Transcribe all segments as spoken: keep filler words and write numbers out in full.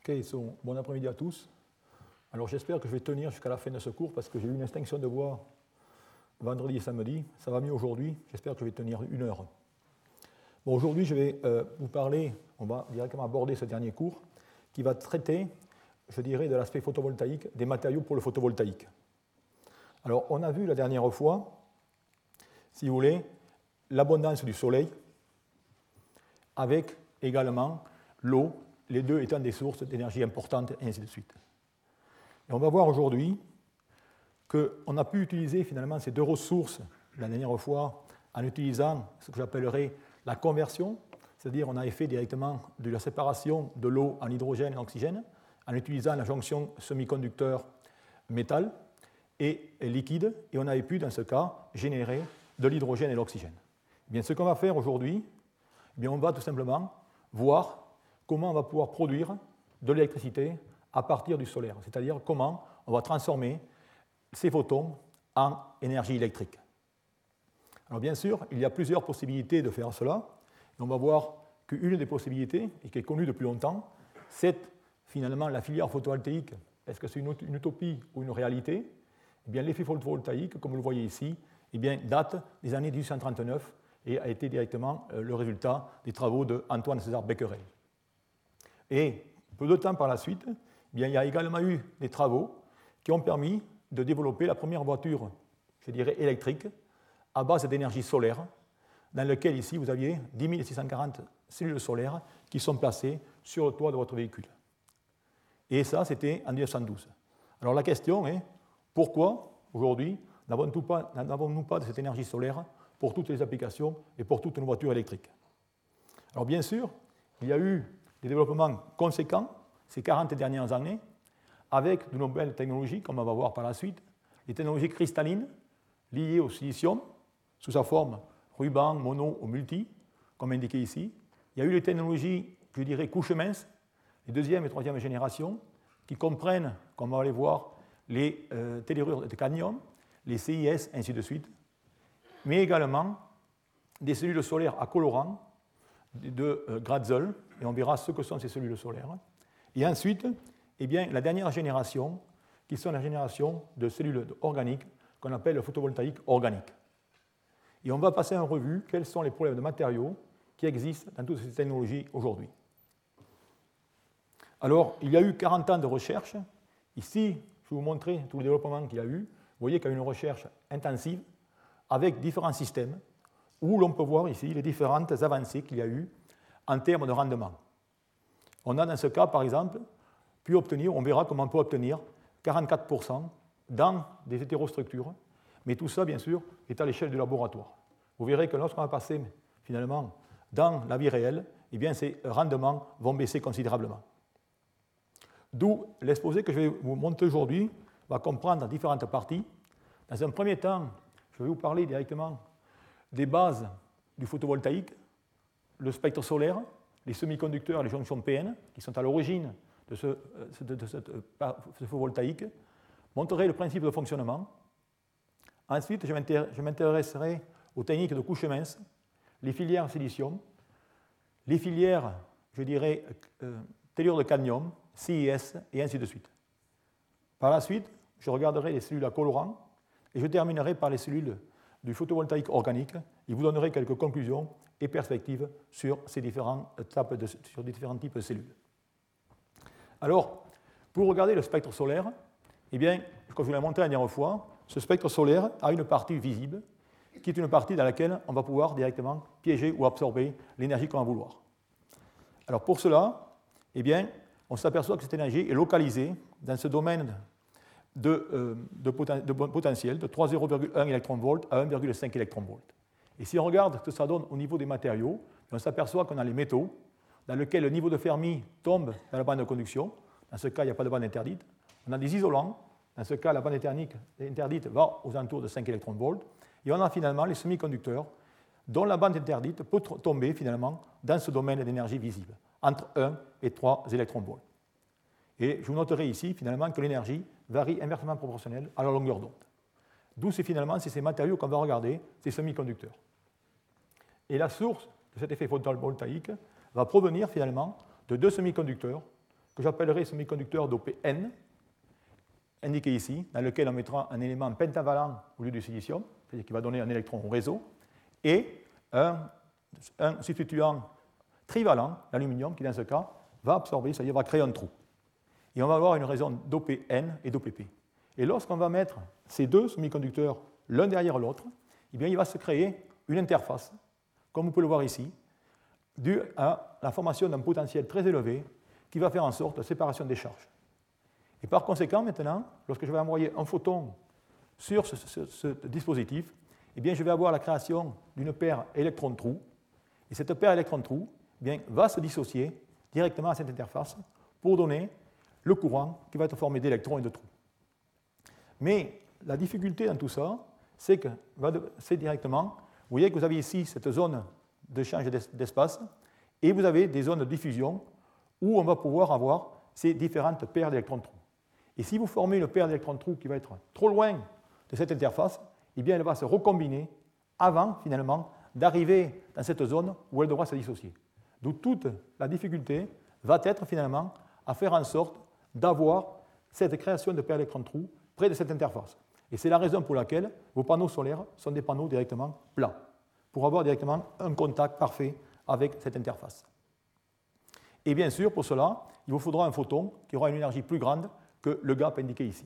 Ok, so, bon après-midi à tous. Alors j'espère que je vais tenir jusqu'à la fin de ce cours parce que j'ai eu une extinction de voix vendredi et samedi. Ça va mieux aujourd'hui. J'espère que je vais tenir une heure. Bon, aujourd'hui, je vais euh, vous parler, on va directement aborder ce dernier cours qui va traiter, je dirais, de l'aspect photovoltaïque des matériaux pour le photovoltaïque. Alors, on a vu la dernière fois, si vous voulez, l'abondance du soleil avec également l'eau, les deux étant des sources d'énergie importantes, et ainsi de suite. Et on va voir aujourd'hui qu'on a pu utiliser finalement ces deux ressources la dernière fois en utilisant ce que j'appellerais la conversion, c'est-à-dire on avait fait directement de la séparation de l'eau en hydrogène et en oxygène en utilisant la jonction semi-conducteur-métal et liquide, et on avait pu dans ce cas générer de l'hydrogène et de l'oxygène. Eh bien, ce qu'on va faire aujourd'hui, eh bien, on va tout simplement voir comment on va pouvoir produire de l'électricité à partir du solaire, c'est-à-dire comment on va transformer ces photons en énergie électrique. Alors bien sûr, il y a plusieurs possibilités de faire cela, et on va voir qu'une des possibilités, et qui est connue depuis longtemps, c'est finalement la filière photovoltaïque. Est-ce que c'est une utopie ou une réalité? Eh bien, l'effet photovoltaïque, comme vous le voyez ici, eh bien, date des années mille huit cent trente-neuf et a été directement le résultat des travaux d'Antoine César Becquerel. Et peu de temps par la suite, eh bien, il y a également eu des travaux qui ont permis de développer la première voiture, je dirais, électrique, à base d'énergie solaire, dans laquelle ici vous aviez dix mille six cent quarante cellules solaires qui sont placées sur le toit de votre véhicule. Et ça, c'était en mille neuf cent douze. Alors la question est, pourquoi aujourd'hui n'avons-nous pas, n'avons-nous pas de cette énergie solaire pour toutes les applications et pour toutes nos voitures électriques? Alors bien sûr, il y a eu des développements conséquents ces quarante dernières années avec de nouvelles technologies, comme on va voir par la suite, les technologies cristallines liées au silicium sous sa forme ruban, mono ou multi, comme indiqué ici. Il y a eu les technologies, je dirais, couches minces, les deuxième et troisième générations, qui comprennent, comme on va les voir, les euh, tellurures de cadmium, les C I S, ainsi de suite, mais également des cellules solaires à colorant de euh, Gratzel, et on verra ce que sont ces cellules solaires. Et ensuite, eh bien, la dernière génération, qui sont la génération de cellules organiques, qu'on appelle le photovoltaïque organique. Et on va passer en revue quels sont les problèmes de matériaux qui existent dans toutes ces technologies aujourd'hui. Alors, il y a eu quarante ans de recherche. Ici, je vais vous montrer tout le développement qu'il y a eu. Vous voyez qu'il y a eu une recherche intensive avec différents systèmes où l'on peut voir ici les différentes avancées qu'il y a eu en termes de rendement. On a dans ce cas, par exemple, pu obtenir, on verra comment on peut obtenir quarante-quatre pour cent dans des hétérostructures, mais tout ça, bien sûr, est à l'échelle du laboratoire. Vous verrez que lorsqu'on va passer, finalement, dans la vie réelle, eh bien, ces rendements vont baisser considérablement. D'où l'exposé que je vais vous montrer aujourd'hui va comprendre différentes parties. Dans un premier temps, je vais vous parler directement des bases du photovoltaïque, le spectre solaire, les semi-conducteurs et les jonctions P N, qui sont à l'origine de ce, de, de ce, de ce photovoltaïque, montrerai le principe de fonctionnement. Ensuite, je m'intéresserai aux techniques de couches minces, les filières silicium, les filières, je dirais, euh, tellure de cadmium, C I S, et ainsi de suite. Par la suite, je regarderai les cellules à colorant, et je terminerai par les cellules du photovoltaïque organique, et vous donnerai quelques conclusions et perspectives sur ces différents, types de, sur différents types de cellules. Alors, pour regarder le spectre solaire, eh bien, comme je vous l'ai montré la dernière fois, ce spectre solaire a une partie visible, qui est une partie dans laquelle on va pouvoir directement piéger ou absorber l'énergie qu'on va vouloir. Alors pour cela, eh bien, on s'aperçoit que cette énergie est localisée dans ce domaine de, euh, de, poten- de potentiel de trois virgule zéro virgule un électronvolts à un virgule cinq électronvolts. Et si on regarde ce que ça donne au niveau des matériaux, on s'aperçoit qu'on a les métaux, dans lesquels le niveau de Fermi tombe dans la bande de conduction. Dans ce cas, il n'y a pas de bande interdite. On a des isolants. Dans ce cas, la bande interdite va aux alentours de cinq électronvolts. Et on a finalement les semi-conducteurs, dont la bande interdite peut tomber finalement dans ce domaine d'énergie visible, entre un et trois électronvolts. Et je vous noterai ici finalement que l'énergie varie inversement proportionnelle à la longueur d'onde. D'où c'est finalement c'est ces matériaux qu'on va regarder, ces semi-conducteurs. Et la source de cet effet photovoltaïque va provenir finalement de deux semi-conducteurs que j'appellerai semi-conducteur dopé N, indiqué ici, dans lequel on mettra un élément pentavalent au lieu du silicium, c'est-à-dire qui va donner un électron au réseau, et un, un substituant trivalent, l'aluminium, qui dans ce cas va absorber, c'est-à-dire va créer un trou. Et on va avoir une raison dopé N et dopé P. Et lorsqu'on va mettre ces deux semi-conducteurs l'un derrière l'autre, eh bien, il va se créer une interface, comme vous pouvez le voir ici, due à la formation d'un potentiel très élevé qui va faire en sorte la séparation des charges. Et par conséquent, maintenant, lorsque je vais envoyer un photon sur ce, ce, ce dispositif, eh bien, je vais avoir la création d'une paire électron-trou. Et cette paire électron-trou eh bien, va se dissocier directement à cette interface pour donner le courant qui va être formé d'électrons et de trous. Mais la difficulté dans tout ça, c'est que c'est directement, vous voyez que vous avez ici cette zone d'échange d'espace et vous avez des zones de diffusion où on va pouvoir avoir ces différentes paires d'électrons-trous. Et si vous formez une paire d'électrons-trous qui va être trop loin de cette interface, eh bien elle va se recombiner avant, finalement, d'arriver dans cette zone où elle devra se dissocier. D'où toute la difficulté va être, finalement, à faire en sorte d'avoir cette création de paires d'électrons-trous près de cette interface. Et c'est la raison pour laquelle vos panneaux solaires sont des panneaux directement plats, pour avoir directement un contact parfait avec cette interface. Et bien sûr, pour cela, il vous faudra un photon qui aura une énergie plus grande que le gap indiqué ici.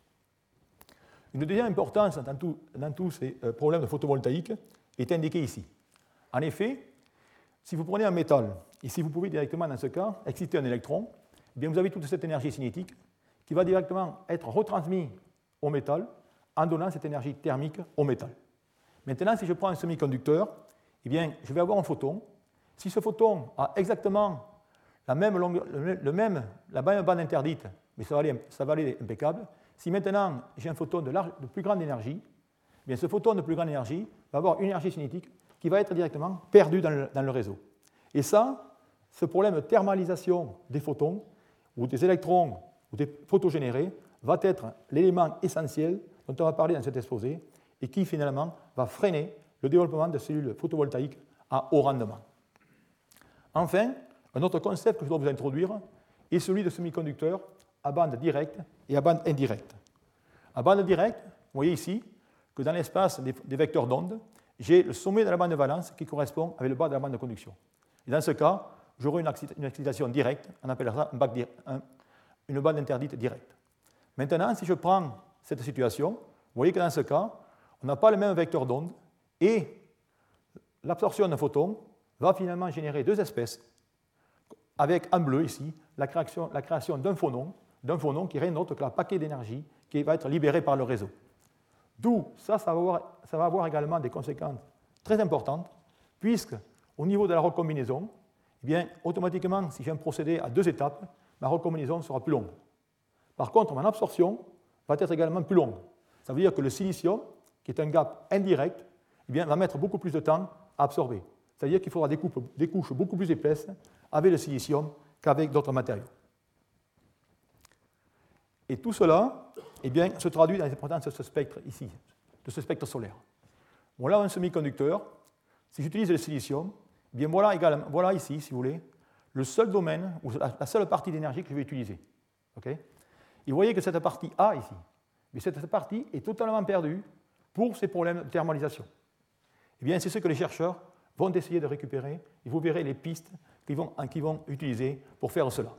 Une deuxième importance dans, tout, dans tous ces problèmes de photovoltaïque est indiquée ici. En effet, si vous prenez un métal, et si vous pouvez directement, dans ce cas, exciter un électron, eh bien vous avez toute cette énergie cinétique qui va directement être retransmise au métal en donnant cette énergie thermique au métal. Maintenant, si je prends un semi-conducteur, eh bien, je vais avoir un photon. Si ce photon a exactement la même, longueur, le même, la même bande interdite, mais ça va aller, ça va aller impeccable, si maintenant j'ai un photon de, large, de plus grande énergie, eh bien, ce photon de plus grande énergie va avoir une énergie cinétique qui va être directement perdue dans le, dans le réseau. Et ça, ce problème de thermalisation des photons, ou des électrons, ou des photogénérés, va être l'élément essentiel dont on va parler dans cet exposé et qui finalement va freiner le développement de cellules photovoltaïques à haut rendement. Enfin, un autre concept que je dois vous introduire est celui de semi-conducteurs à bande directe et à bande indirecte. À bande directe, vous voyez ici que dans l'espace des, des vecteurs d'onde, j'ai le sommet de la bande de valence qui correspond avec le bas de la bande de conduction. Et dans ce cas, j'aurai une, une excitation directe, on appelle ça un bac, un, une bande interdite directe. Maintenant, si je prends cette situation, vous voyez que dans ce cas, on n'a pas le même vecteur d'onde et l'absorption d'un photon va finalement générer deux espèces, avec en bleu ici la création, la création d'un phonon, d'un phonon qui rien d'autre que la paquet d'énergie qui va être libéré par le réseau. D'où ça, ça va, avoir, ça va avoir également des conséquences très importantes, puisque au niveau de la recombinaison, eh bien, automatiquement, si j'ai un procédé à deux étapes, ma recombinaison sera plus longue. Par contre, mon absorption va être également plus longue. Ça veut dire que le silicium, qui est un gap indirect, eh bien, va mettre beaucoup plus de temps à absorber. C'est-à-dire qu'il faudra des, coupes, des couches beaucoup plus épaisses avec le silicium qu'avec d'autres matériaux. Et tout cela eh bien, se traduit dans l'importance de ce spectre ici, de ce spectre solaire. Bon, là, un semi-conducteur, si j'utilise le silicium, eh bien, voilà, également, voilà ici, si vous voulez, le seul domaine, ou la seule partie d'énergie que je vais utiliser. Okay ? Et vous voyez que cette partie A ici, mais cette partie est totalement perdue pour ces problèmes de thermalisation. Eh bien, c'est ce que les chercheurs vont essayer de récupérer, et vous verrez les pistes qu'ils vont, qu'ils vont utiliser pour faire cela.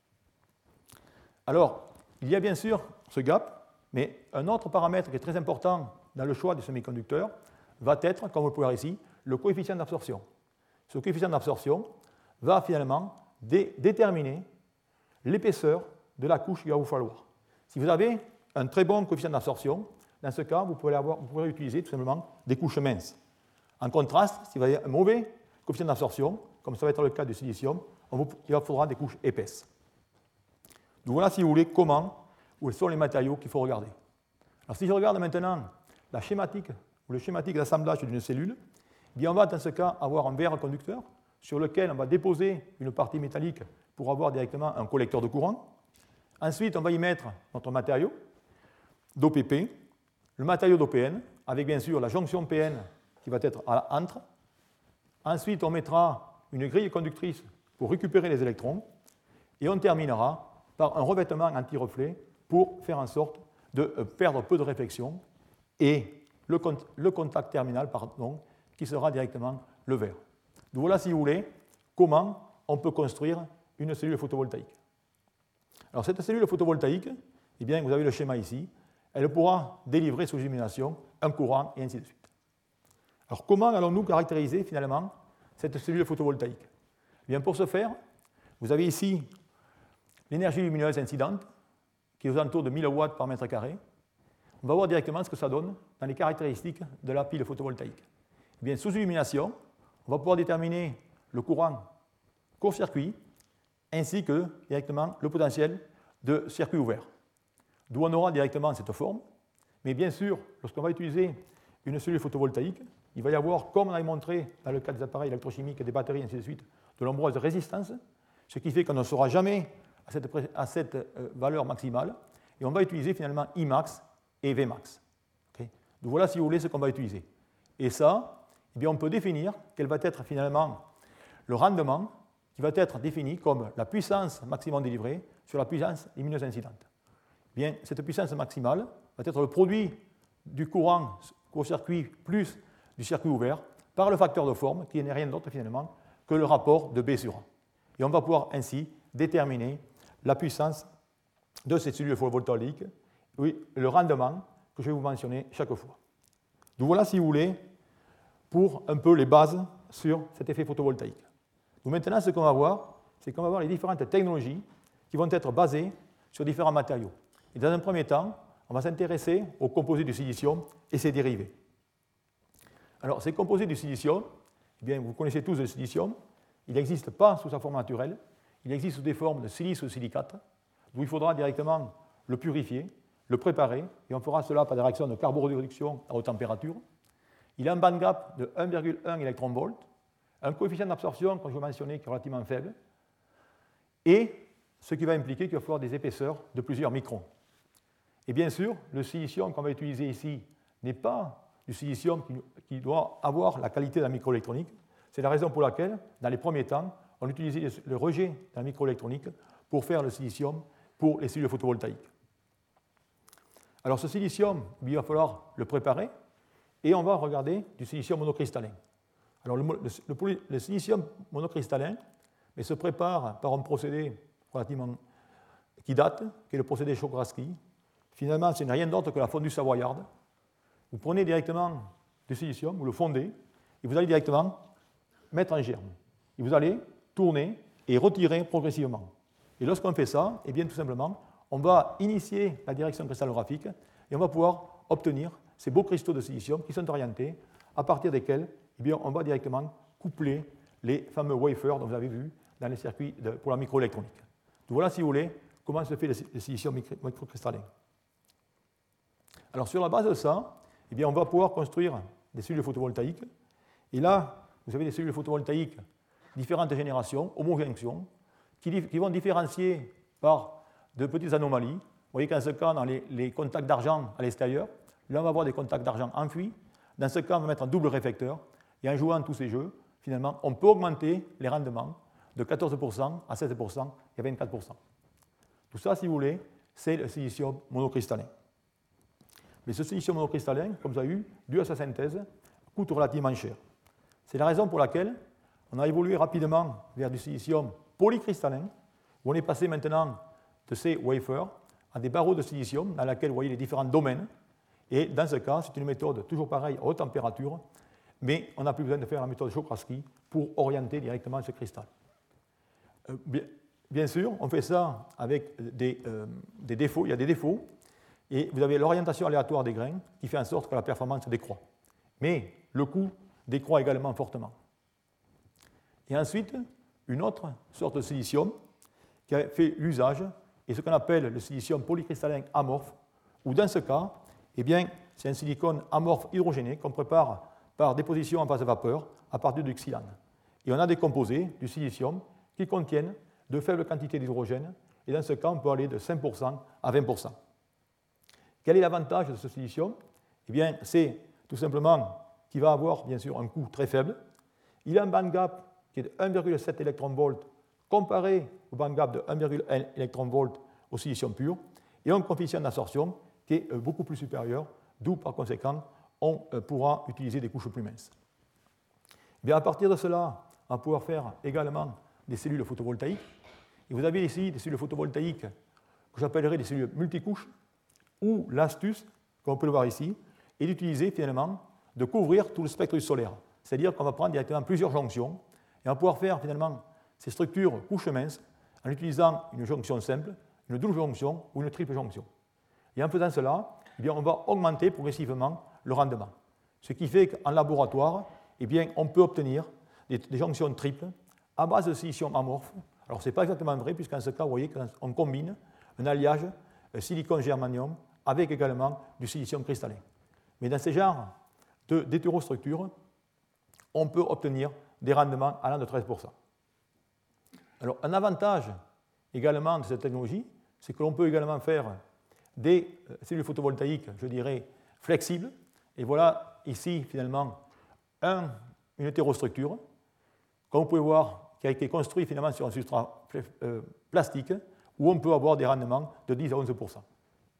Alors, il y a bien sûr ce gap, mais un autre paramètre qui est très important dans le choix des semi-conducteurs va être, comme vous le pouvez voir ici, le coefficient d'absorption. Ce coefficient d'absorption va finalement dé- déterminer l'épaisseur de la couche qu'il va vous falloir. Si vous avez un très bon coefficient d'absorption, dans ce cas, vous pourrez, avoir, vous pourrez utiliser tout simplement des couches minces. En contraste, si vous avez un mauvais coefficient d'absorption, comme ça va être le cas du silicium, on vous, il vous faudra des couches épaisses. Donc voilà, si vous voulez, comment, où sont les matériaux qu'il faut regarder. Alors si je regarde maintenant la schématique, ou le schématique d'assemblage d'une cellule, eh bien on va dans ce cas avoir un verre conducteur sur lequel on va déposer une partie métallique pour avoir directement un collecteur de courant. Ensuite, on va y mettre notre matériau d'O P P, le matériau d'O P N, avec bien sûr la jonction P N qui va être à entre. Ensuite, on mettra une grille conductrice pour récupérer les électrons. et on terminera par un revêtement anti-reflet pour faire en sorte de perdre peu de réflexion et le, le contact terminal pardon, qui sera directement le vert. Donc voilà, si vous voulez, comment on peut construire une cellule photovoltaïque. Alors cette cellule photovoltaïque, eh bien, vous avez le schéma ici, elle pourra délivrer sous illumination un courant et ainsi de suite. Alors comment allons-nous caractériser finalement cette cellule photovoltaïque? Eh bien, pour ce faire, vous avez ici l'énergie lumineuse incidente qui est aux alentours de mille watts par mètre carré. On va voir directement ce que ça donne dans les caractéristiques de la pile photovoltaïque. Eh bien, sous illumination, on va pouvoir déterminer le courant court-circuit ainsi que directement le potentiel de circuit ouvert. D'où on aura directement cette forme. Mais bien sûr, lorsqu'on va utiliser une cellule photovoltaïque, il va y avoir, comme on a montré dans le cas des appareils électrochimiques, des batteries, ainsi de suite, de nombreuses résistances, ce qui fait qu'on ne sera jamais à cette, à cette valeur maximale, et on va utiliser finalement I max et V max. Okay. Donc voilà, si vous voulez, ce qu'on va utiliser. Et ça, eh bien, on peut définir quel va être finalement le rendement qui va être défini comme la puissance maximum délivrée sur la puissance lumineuse incidente. Eh bien, cette puissance maximale va être le produit du courant court-circuit plus du circuit ouvert par le facteur de forme qui n'est rien d'autre finalement que le rapport de B sur A. Et on va pouvoir ainsi déterminer la puissance de cette cellule photovoltaïque, oui, le rendement que je vais vous mentionner chaque fois. Donc voilà, si vous voulez, pour un peu les bases sur cet effet photovoltaïque. Donc maintenant, ce qu'on va voir, c'est qu'on va voir les différentes technologies qui vont être basées sur différents matériaux. Et dans un premier temps, on va s'intéresser aux composés du silicium et ses dérivés. Alors, ces composés du silicium, eh bien, vous connaissez tous le silicium, il n'existe pas sous sa forme naturelle, il existe sous des formes de silice ou silicate, d'où il faudra directement le purifier, le préparer, et on fera cela par des réactions de carboréduction à haute température. Il a un band gap de un virgule un électron-volt, un coefficient d'absorption, comme je vous mentionnais, qui est relativement faible, et ce qui va impliquer qu'il va falloir des épaisseurs de plusieurs microns. Et bien sûr, le silicium qu'on va utiliser ici n'est pas du silicium qui, qui doit avoir la qualité d'un microélectronique. C'est la raison pour laquelle, dans les premiers temps, on utilisait le rejet d'un microélectronique pour faire le silicium pour les cellules photovoltaïques. Alors ce silicium, il va falloir le préparer et on va regarder du silicium monocristallin. Alors le, le, le, le silicium monocristallin mais se prépare par un procédé relativement qui date, qui est le procédé Czochralski. Finalement, ce n'est rien d'autre que la fondue savoyarde. Vous prenez directement du silicium, vous le fondez, et vous allez directement mettre en germe. Et vous allez tourner et retirer progressivement. Et lorsqu'on fait ça, eh bien, tout simplement, on va initier la direction cristallographique et on va pouvoir obtenir ces beaux cristaux de silicium qui sont orientés, à partir desquels eh bien, on va directement coupler les fameux wafers dont vous avez vu dans les circuits de, pour la microélectronique. Donc voilà, si vous voulez, comment se fait le silicium microcristallin. Alors sur la base de ça, eh bien, on va pouvoir construire des cellules photovoltaïques. Et là, vous avez des cellules photovoltaïques différentes générations, homojonction, qui, qui vont différencier par de petites anomalies. Vous voyez qu'en ce cas, dans les, les contacts d'argent à l'extérieur, là, on va avoir des contacts d'argent enfuis. Dans ce cas, on va mettre un double réflecteur. Et en jouant tous ces jeux, finalement, on peut augmenter les rendements de quatorze pour cent à seize pour cent et à vingt-quatre pour cent. Tout ça, si vous voulez, c'est le silicium monocristallin. Mais ce silicium monocristallin, comme vous avez vu, dû à sa synthèse, coûte relativement cher. C'est la raison pour laquelle on a évolué rapidement vers du silicium polycristallin, où on est passé maintenant de ces wafers à des barreaux de silicium dans lesquels vous voyez les différents domaines. Et dans ce cas, c'est une méthode toujours pareille à haute température, mais on n'a plus besoin de faire la méthode Czochralski pour orienter directement ce cristal. Euh, bien, bien sûr, on fait ça avec des, euh, des défauts, il y a des défauts, et vous avez l'orientation aléatoire des grains qui fait en sorte que la performance décroît. Mais le coût décroît également fortement. Et ensuite, une autre sorte de silicium qui a fait l'usage est ce qu'on appelle le silicium polycristallin amorphe, où dans ce cas, eh bien, c'est un silicone amorphe hydrogéné qu'on prépare par déposition en phase vapeur à partir du xylane. Et on a des composés du silicium qui contiennent de faibles quantités d'hydrogène, et dans ce cas, on peut aller de cinq pour cent à vingt pour cent. Quel est l'avantage de ce silicium? Eh bien, c'est tout simplement qu'il va avoir, bien sûr, un coût très faible. Il a un band gap qui est de un virgule sept électron-volt comparé au band gap de un virgule un électron-volt au silicium pur, et un coefficient d'absorption qui est beaucoup plus supérieur, d'où par conséquent on pourra utiliser des couches plus minces. Bien, à partir de cela, on va pouvoir faire également des cellules photovoltaïques. Et vous avez ici des cellules photovoltaïques que j'appellerai des cellules multicouches, où l'astuce, comme on peut le voir ici, est d'utiliser finalement de couvrir tout le spectre du solaire. C'est-à-dire qu'on va prendre directement plusieurs jonctions et on va pouvoir faire finalement ces structures couches minces en utilisant une jonction simple, une double jonction ou une triple jonction. Et en faisant cela, eh bien, on va augmenter progressivement le rendement. Ce qui fait qu'en laboratoire, eh bien, on peut obtenir des, des jonctions triples à base de silicium amorphe. Alors, ce n'est pas exactement vrai, puisqu'en ce cas, vous voyez qu'on combine un alliage silicone-germanium avec également du silicium cristallin. Mais dans ces genres d'hétérostructures, on peut obtenir des rendements allant de treize pour cent. Alors, un avantage également de cette technologie, c'est que l'on peut également faire des cellules photovoltaïques, je dirais, flexibles. Et voilà ici, finalement, un, une hétérostructure, comme vous pouvez voir, qui a été construite finalement sur un substrat euh, plastique, où on peut avoir des rendements de dix à onze pour cent.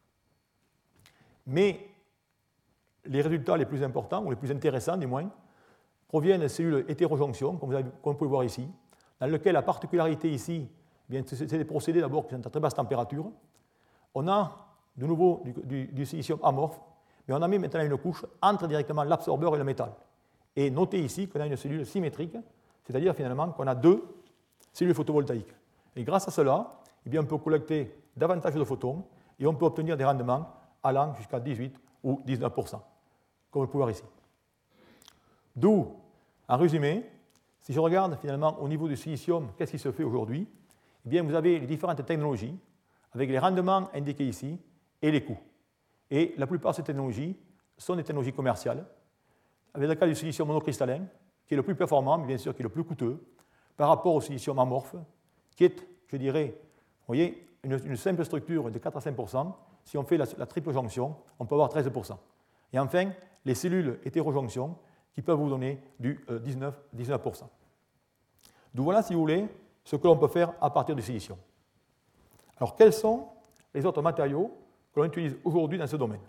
Mais les résultats les plus importants, ou les plus intéressants du moins, proviennent de cellules hétérojonction, comme vous, avez, comme vous pouvez voir ici, dans lesquelles la particularité ici, bien, c'est des procédés d'abord qui sont à très basse température. On a de nouveau du, du, du silicium amorphe, mais on a mis maintenant une couche entre directement l'absorbeur et le métal. Et notez ici qu'on a une cellule symétrique, c'est-à-dire finalement qu'on a deux cellules photovoltaïques. Et grâce à cela, eh bien, on peut collecter davantage de photons et on peut obtenir des rendements allant jusqu'à dix-huit ou dix-neuf pour cent, comme vous pouvez voir ici. D'où, en résumé, si je regarde finalement au niveau du silicium, qu'est-ce qui se fait aujourd'hui? Eh bien, vous avez les différentes technologies, avec les rendements indiqués ici, et les coûts. Et la plupart de ces technologies sont des technologies commerciales, avec le cas du silicium monocristallin, qui est le plus performant, mais bien sûr qui est le plus coûteux, par rapport au silicium amorphe, qui est, je dirais, vous voyez, une, une simple structure de quatre à cinq pour cent. Si on fait la, la triple jonction, on peut avoir treize pour cent. Et enfin, les cellules hétérojonction, qui peuvent vous donner du euh, dix-neuf pour cent. Donc voilà, si vous voulez, ce que l'on peut faire à partir du silicium. Alors, quels sont les autres matériaux que l'on utilise aujourd'hui dans ce domaine?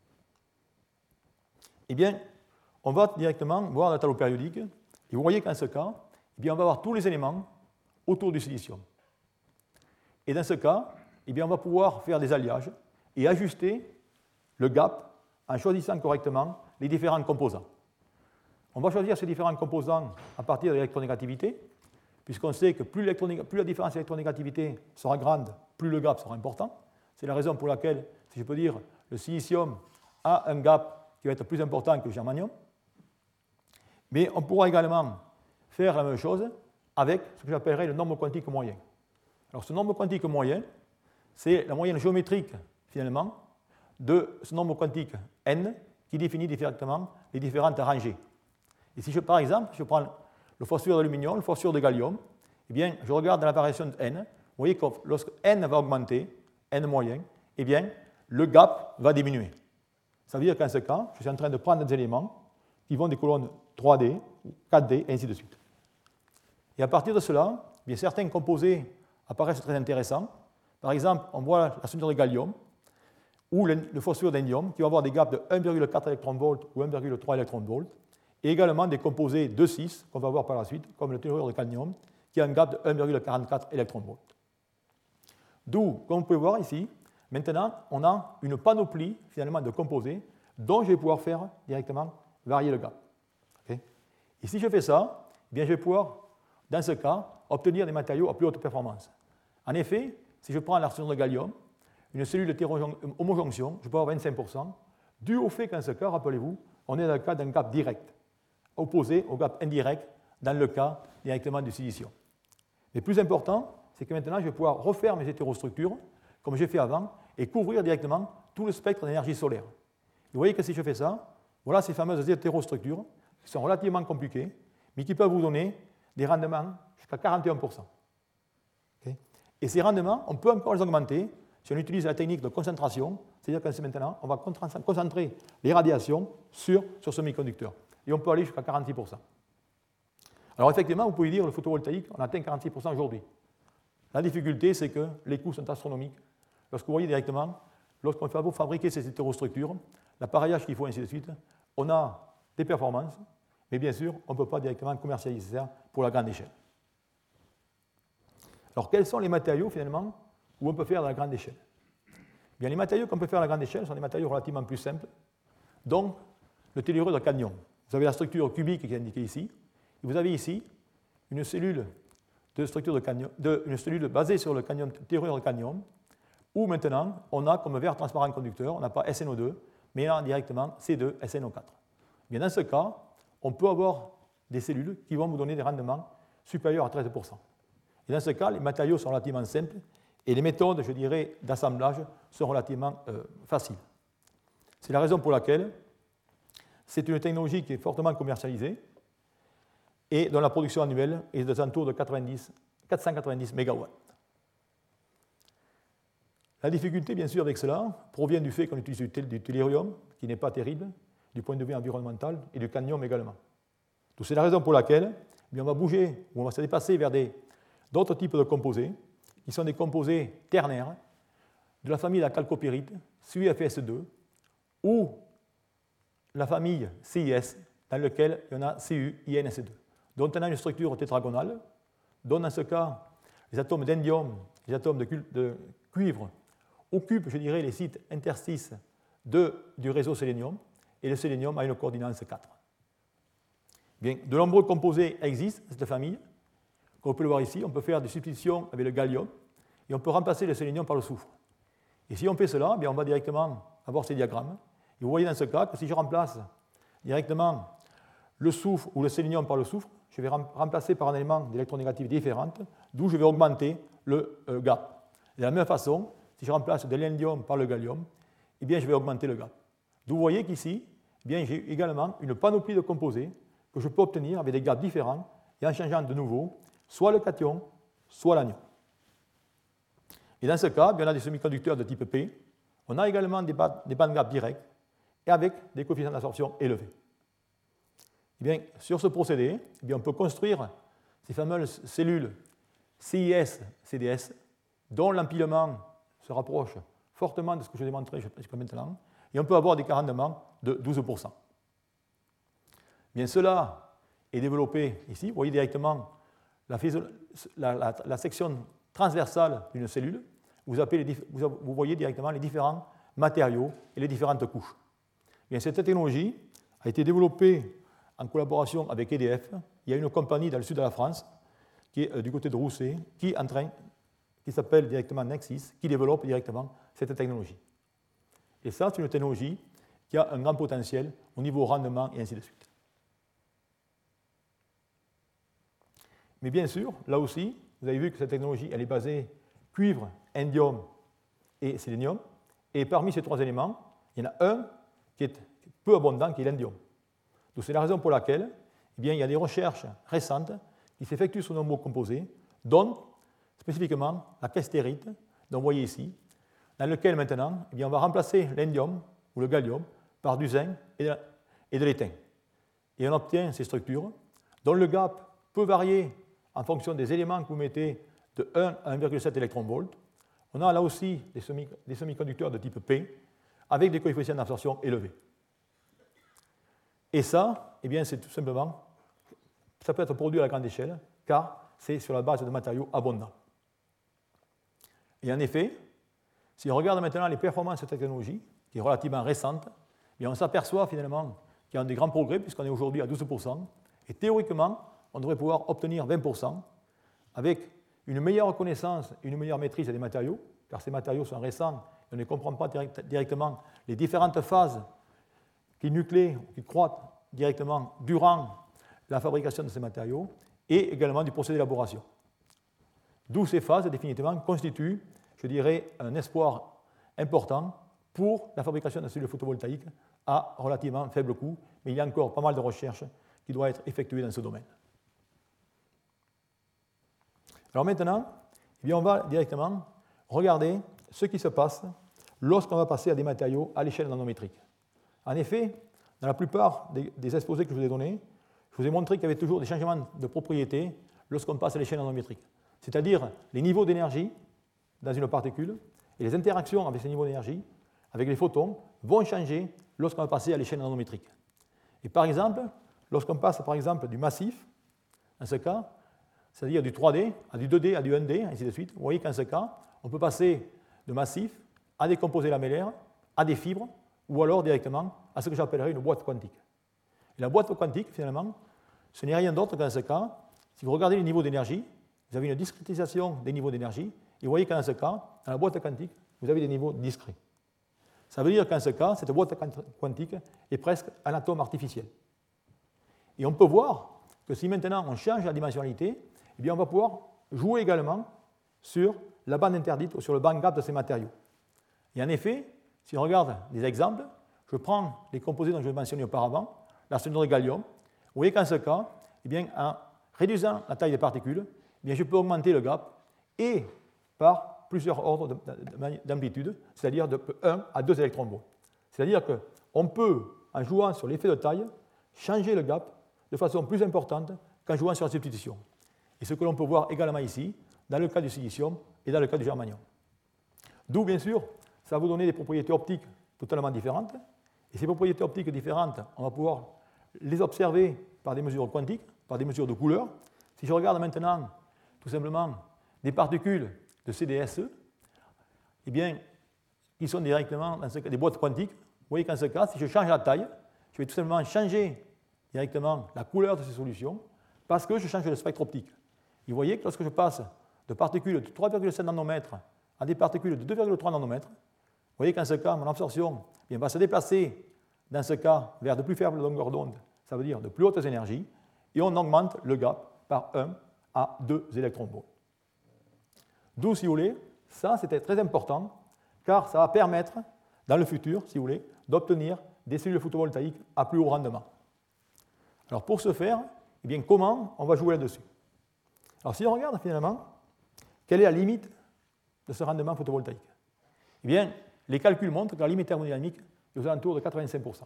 Eh bien, on va directement voir le tableau périodique, et vous voyez qu'en ce cas, eh bien, on va avoir tous les éléments autour du silicium. Et dans ce cas, eh bien, on va pouvoir faire des alliages et ajuster le gap en choisissant correctement les différents composants. On va choisir ces différents composants à partir de l'électronégativité, puisqu'on sait que plus, plus la différence d'électronégativité sera grande, plus le gap sera important. C'est la raison pour laquelle, si je peux dire, le silicium a un gap qui va être plus important que le germanium. Mais on pourra également faire la même chose avec ce que j'appellerais le nombre quantique moyen. Alors ce nombre quantique moyen, c'est la moyenne géométrique, finalement, de ce nombre quantique n qui définit directement les différentes rangées. Et si, je, par exemple, je prends le phosphure d'aluminium, le phosphure de gallium, eh bien, je regarde dans la variation de n, vous voyez que lorsque n va augmenter, n moyen, eh bien, le gap va diminuer. Ça veut dire qu'en ce cas, je suis en train de prendre des éléments qui vont des colonnes trois D, quatre D, et ainsi de suite. Et à partir de cela, eh bien, certains composés apparaissent très intéressants. Par exemple, on voit la structure de gallium ou le, le phosphure d'indium qui va avoir des gaps de un virgule quatre électron-volt ou un virgule trois électron-volt, et également des composés de six qu'on va voir par la suite, comme le tellurure de cadmium, qui a un gap de un virgule quarante-quatre électron-volt. D'où, comme vous pouvez voir ici, maintenant, on a une panoplie finalement de composés dont je vais pouvoir faire directement varier le gap. Okay. Et si je fais ça, eh bien, je vais pouvoir, dans ce cas, obtenir des matériaux à plus haute performance. En effet, si je prends la structure de gallium, une cellule homojonction, je peux avoir vingt-cinq pour cent, dû au fait qu'en ce cas, rappelez-vous, on est dans le cas d'un gap direct, opposé au gap indirect dans le cas directement du silicium. Mais plus important, c'est que maintenant, je vais pouvoir refaire mes hétérostructures, comme j'ai fait avant, et couvrir directement tout le spectre d'énergie solaire. Et vous voyez que si je fais ça, voilà ces fameuses hétérostructures, qui sont relativement compliquées, mais qui peuvent vous donner des rendements jusqu'à quarante et un pour cent. Okay. Et ces rendements, on peut encore les augmenter si on utilise la technique de concentration, c'est-à-dire que maintenant, on va concentrer les radiations sur, sur ce semi-conducteur. Et on peut aller jusqu'à quarante-six pour cent. Alors effectivement, vous pouvez dire que le photovoltaïque, on atteint quarante-six pour cent aujourd'hui. La difficulté, c'est que les coûts sont astronomiques. Lorsque vous voyez directement, lorsqu'on fait fabriquer ces hétérostructures, l'appareillage qu'il faut, ainsi de suite, on a des performances, mais bien sûr, on ne peut pas directement commercialiser ça pour la grande échelle. Alors, quels sont les matériaux, finalement, où on peut faire à la grande échelle? Bien, les matériaux qu'on peut faire à la grande échelle sont des matériaux relativement plus simples, donc le tellurure de cadmium. Vous avez la structure cubique qui est indiquée ici, et vous avez ici une cellule, de structure de cadmium, de, une cellule basée sur le cadmium, tellurure de cadmium, où maintenant on a comme verre transparent conducteur, on n'a pas S N O deux, mais on a directement C deux S N O quatre. Bien, dans ce cas, on peut avoir des cellules qui vont vous donner des rendements supérieurs à treize pour cent. Et dans ce cas, les matériaux sont relativement simples et les méthodes, je dirais, d'assemblage sont relativement euh, faciles. C'est la raison pour laquelle c'est une technologie qui est fortement commercialisée et dont la production annuelle est de alentours de quatre cent quatre-vingt-dix mégawatts. La difficulté, bien sûr, avec cela, provient du fait qu'on utilise du tellurium, qui n'est pas terrible du point de vue environnemental, et du cadmium également. Donc, c'est la raison pour laquelle eh bien, on va bouger, ou on va se dépasser vers d'autres types de composés, qui sont des composés ternaires, de la famille de la chalcopyrite, C U F S deux, ou la famille C I S, dans laquelle il y en a C U I N S deux, dont on a une structure tétragonale, dont dans ce cas, les atomes d'indium, les atomes de, de cuivre occupent, je dirais, les sites interstices de, du réseau sélénium, et le sélénium a une coordinance quatre. Bien, de nombreux composés existent dans cette famille. Comme on peut le voir ici, on peut faire des substitutions avec le gallium, et on peut remplacer le sélénium par le soufre. Et si on fait cela, bien, on va directement avoir ces diagrammes. Et vous voyez dans ce cas que si je remplace directement le soufre ou le sélénium par le soufre, je vais remplacer par un élément d'électronégativité différente, d'où je vais augmenter le euh, gap. Et de la même façon, si je remplace de l'indium par le gallium, eh bien, je vais augmenter le gap. D'où vous voyez qu'ici, eh bien, j'ai également une panoplie de composés que je peux obtenir avec des gaps différents et en changeant de nouveau soit le cation, soit l'anion. Et dans ce cas, bien, on a des semi-conducteurs de type P. On a également des bandes gaps directs et avec des coefficients d'absorption élevés. Eh bien, sur ce procédé, eh bien, on peut construire ces fameuses cellules C I S C D S dont l'empilement se rapproche fortement de ce que je vous ai montré jusqu'à maintenant, et on peut avoir des rendements de douze pour cent. Bien, cela est développé ici. Vous voyez directement la, la, la, la section transversale d'une cellule. Vous, appelez les, vous voyez directement les différents matériaux et les différentes couches. Bien, cette technologie a été développée en collaboration avec E D F. Il y a une compagnie dans le sud de la France, qui est du côté de Rousset, qui, en train, qui s'appelle directement Nexis, qui développe directement cette technologie. Et ça, c'est une technologie qui a un grand potentiel au niveau rendement et ainsi de suite. Mais bien sûr, là aussi, vous avez vu que cette technologie, elle est basée cuivre, indium et sélénium. Et parmi ces trois éléments, il y en a un qui est peu abondant, qui est l'indium. Donc c'est la raison pour laquelle eh bien, il y a des recherches récentes qui s'effectuent sur de nombreux composés, dont spécifiquement la kestérite, dont vous voyez ici, dans lequel maintenant eh bien, on va remplacer l'indium ou le gallium par du zinc et de, et de l'étain. Et on obtient ces structures dont le gap peut varier en fonction des éléments que vous mettez de un à un virgule sept électronvolts. On a là aussi des, semi, des semi-conducteurs de type P avec des coefficients d'absorption élevés. Et ça, eh bien, c'est tout simplement, ça peut être produit à la grande échelle, car c'est sur la base de matériaux abondants. Et en effet, si on regarde maintenant les performances de cette technologie, qui est relativement récente, eh bien, on s'aperçoit finalement qu'il y a des grands progrès, puisqu'on est aujourd'hui à douze pour cent, et théoriquement, on devrait pouvoir obtenir vingt pour cent avec une meilleure connaissance et une meilleure maîtrise des matériaux, car ces matériaux sont récents et on ne comprend pas direct, directement les différentes phases qui nucléent ou qui croîtent directement durant la fabrication de ces matériaux, et également du procédé d'élaboration. D'où ces phases, définitivement, constituent, je dirais, un espoir important pour la fabrication de cellules photovoltaïques à relativement faible coût, mais il y a encore pas mal de recherches qui doivent être effectuées dans ce domaine. Alors maintenant, eh bien, on va directement regarder ce qui se passe lorsqu'on va passer à des matériaux à l'échelle nanométrique. En effet, dans la plupart des, des exposés que je vous ai donnés, je vous ai montré qu'il y avait toujours des changements de propriétés lorsqu'on passe à l'échelle nanométrique. c'est-à-dire les niveaux d'énergie dans une particule, et les interactions avec ces niveaux d'énergie, avec les photons, vont changer lorsqu'on va passer à l'échelle nanométrique. Et par exemple, lorsqu'on passe par exemple du massif, dans ce cas, c'est-à-dire du trois D à du deux D à du un D, ainsi de suite, vous voyez qu'en ce cas, on peut passer de massif à des composés lamellaires, à des fibres, ou alors directement à ce que j'appellerais une boîte quantique. Et la boîte quantique, finalement, ce n'est rien d'autre qu'en ce cas, si vous regardez les niveaux d'énergie, vous avez une discrétisation des niveaux d'énergie, et vous voyez qu'en ce cas, dans la boîte quantique, vous avez des niveaux discrets. Ça veut dire qu'en ce cas, cette boîte quantique est presque un atome artificiel. Et on peut voir que si maintenant on change la dimensionnalité, eh bien on va pouvoir jouer également sur la bande interdite ou sur le band gap de ces matériaux. Et en effet, si on regarde des exemples, je prends les composés dont je mentionnais auparavant, l'arsenure de gallium, vous voyez qu'en ce cas, eh bien, en réduisant la taille des particules, eh bien, je peux augmenter le gap et par plusieurs ordres d'amplitude, c'est-à-dire de un à deux électronvolts. C'est-à-dire qu'on peut, en jouant sur l'effet de taille, changer le gap de façon plus importante qu'en jouant sur la substitution. Et ce que l'on peut voir également ici, dans le cas du silicium et dans le cas du germanium. D'où, bien sûr, ça va vous donner des propriétés optiques totalement différentes. Et ces propriétés optiques différentes, on va pouvoir les observer par des mesures quantiques, par des mesures de couleur. Si je regarde maintenant, tout simplement, des particules de C D S E, eh bien, qui sont directement dans ce cas, des boîtes quantiques, vous voyez qu'en ce cas, si je change la taille, je vais tout simplement changer directement la couleur de ces solutions parce que je change le spectre optique. Et vous voyez que lorsque je passe de particules de trois virgule sept nanomètres à des particules de deux virgule trois nanomètres, vous voyez qu'en ce cas, mon absorption eh bien, va se déplacer, dans ce cas, vers de plus faibles longueurs d'onde, ça veut dire de plus hautes énergies, et on augmente le gap par un à deux électronvolts. D'où, si vous voulez, ça c'était très important, car ça va permettre, dans le futur, si vous voulez, d'obtenir des cellules photovoltaïques à plus haut rendement. Alors pour ce faire, eh bien, comment on va jouer là-dessus? Alors si on regarde finalement, quelle est la limite de ce rendement photovoltaïque? Eh bien, les calculs montrent que la limite thermodynamique est aux alentours de quatre-vingt-cinq pour cent.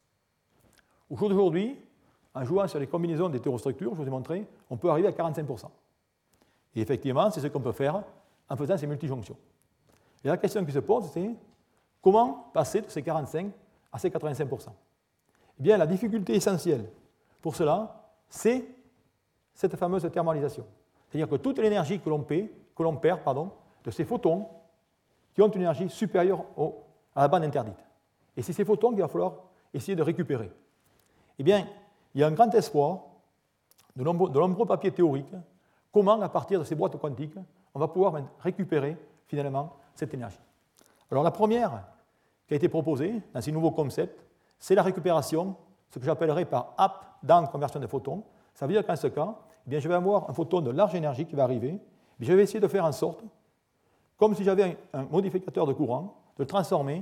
Au jour d'aujourd'hui, en jouant sur les combinaisons d'hétérostructures, je vous ai montré, on peut arriver à quarante-cinq pour cent. Et effectivement, c'est ce qu'on peut faire en faisant ces multijonctions. Et la question qui se pose, c'est comment passer de ces quarante-cinq à ces quatre-vingt-cinq pour cent? Eh bien, la difficulté essentielle pour cela, c'est cette fameuse thermalisation. C'est-à-dire que toute l'énergie que l'on que l'on perd pardon, de ces photons qui ont une énergie supérieure au, à la bande interdite. Et c'est ces photons qu'il va falloir essayer de récupérer. Eh bien, il y a un grand espoir de nombreux, de nombreux papiers théoriques comment, à partir de ces boîtes quantiques, on va pouvoir récupérer finalement cette énergie. Alors la première qui a été proposée dans ces nouveaux concepts, c'est la récupération, ce que j'appellerais par up-down conversion de photons. Ça veut dire qu'en ce cas, eh bien, je vais avoir un photon de large énergie qui va arriver, et je vais essayer de faire en sorte, comme si j'avais un modificateur de courant, de le transformer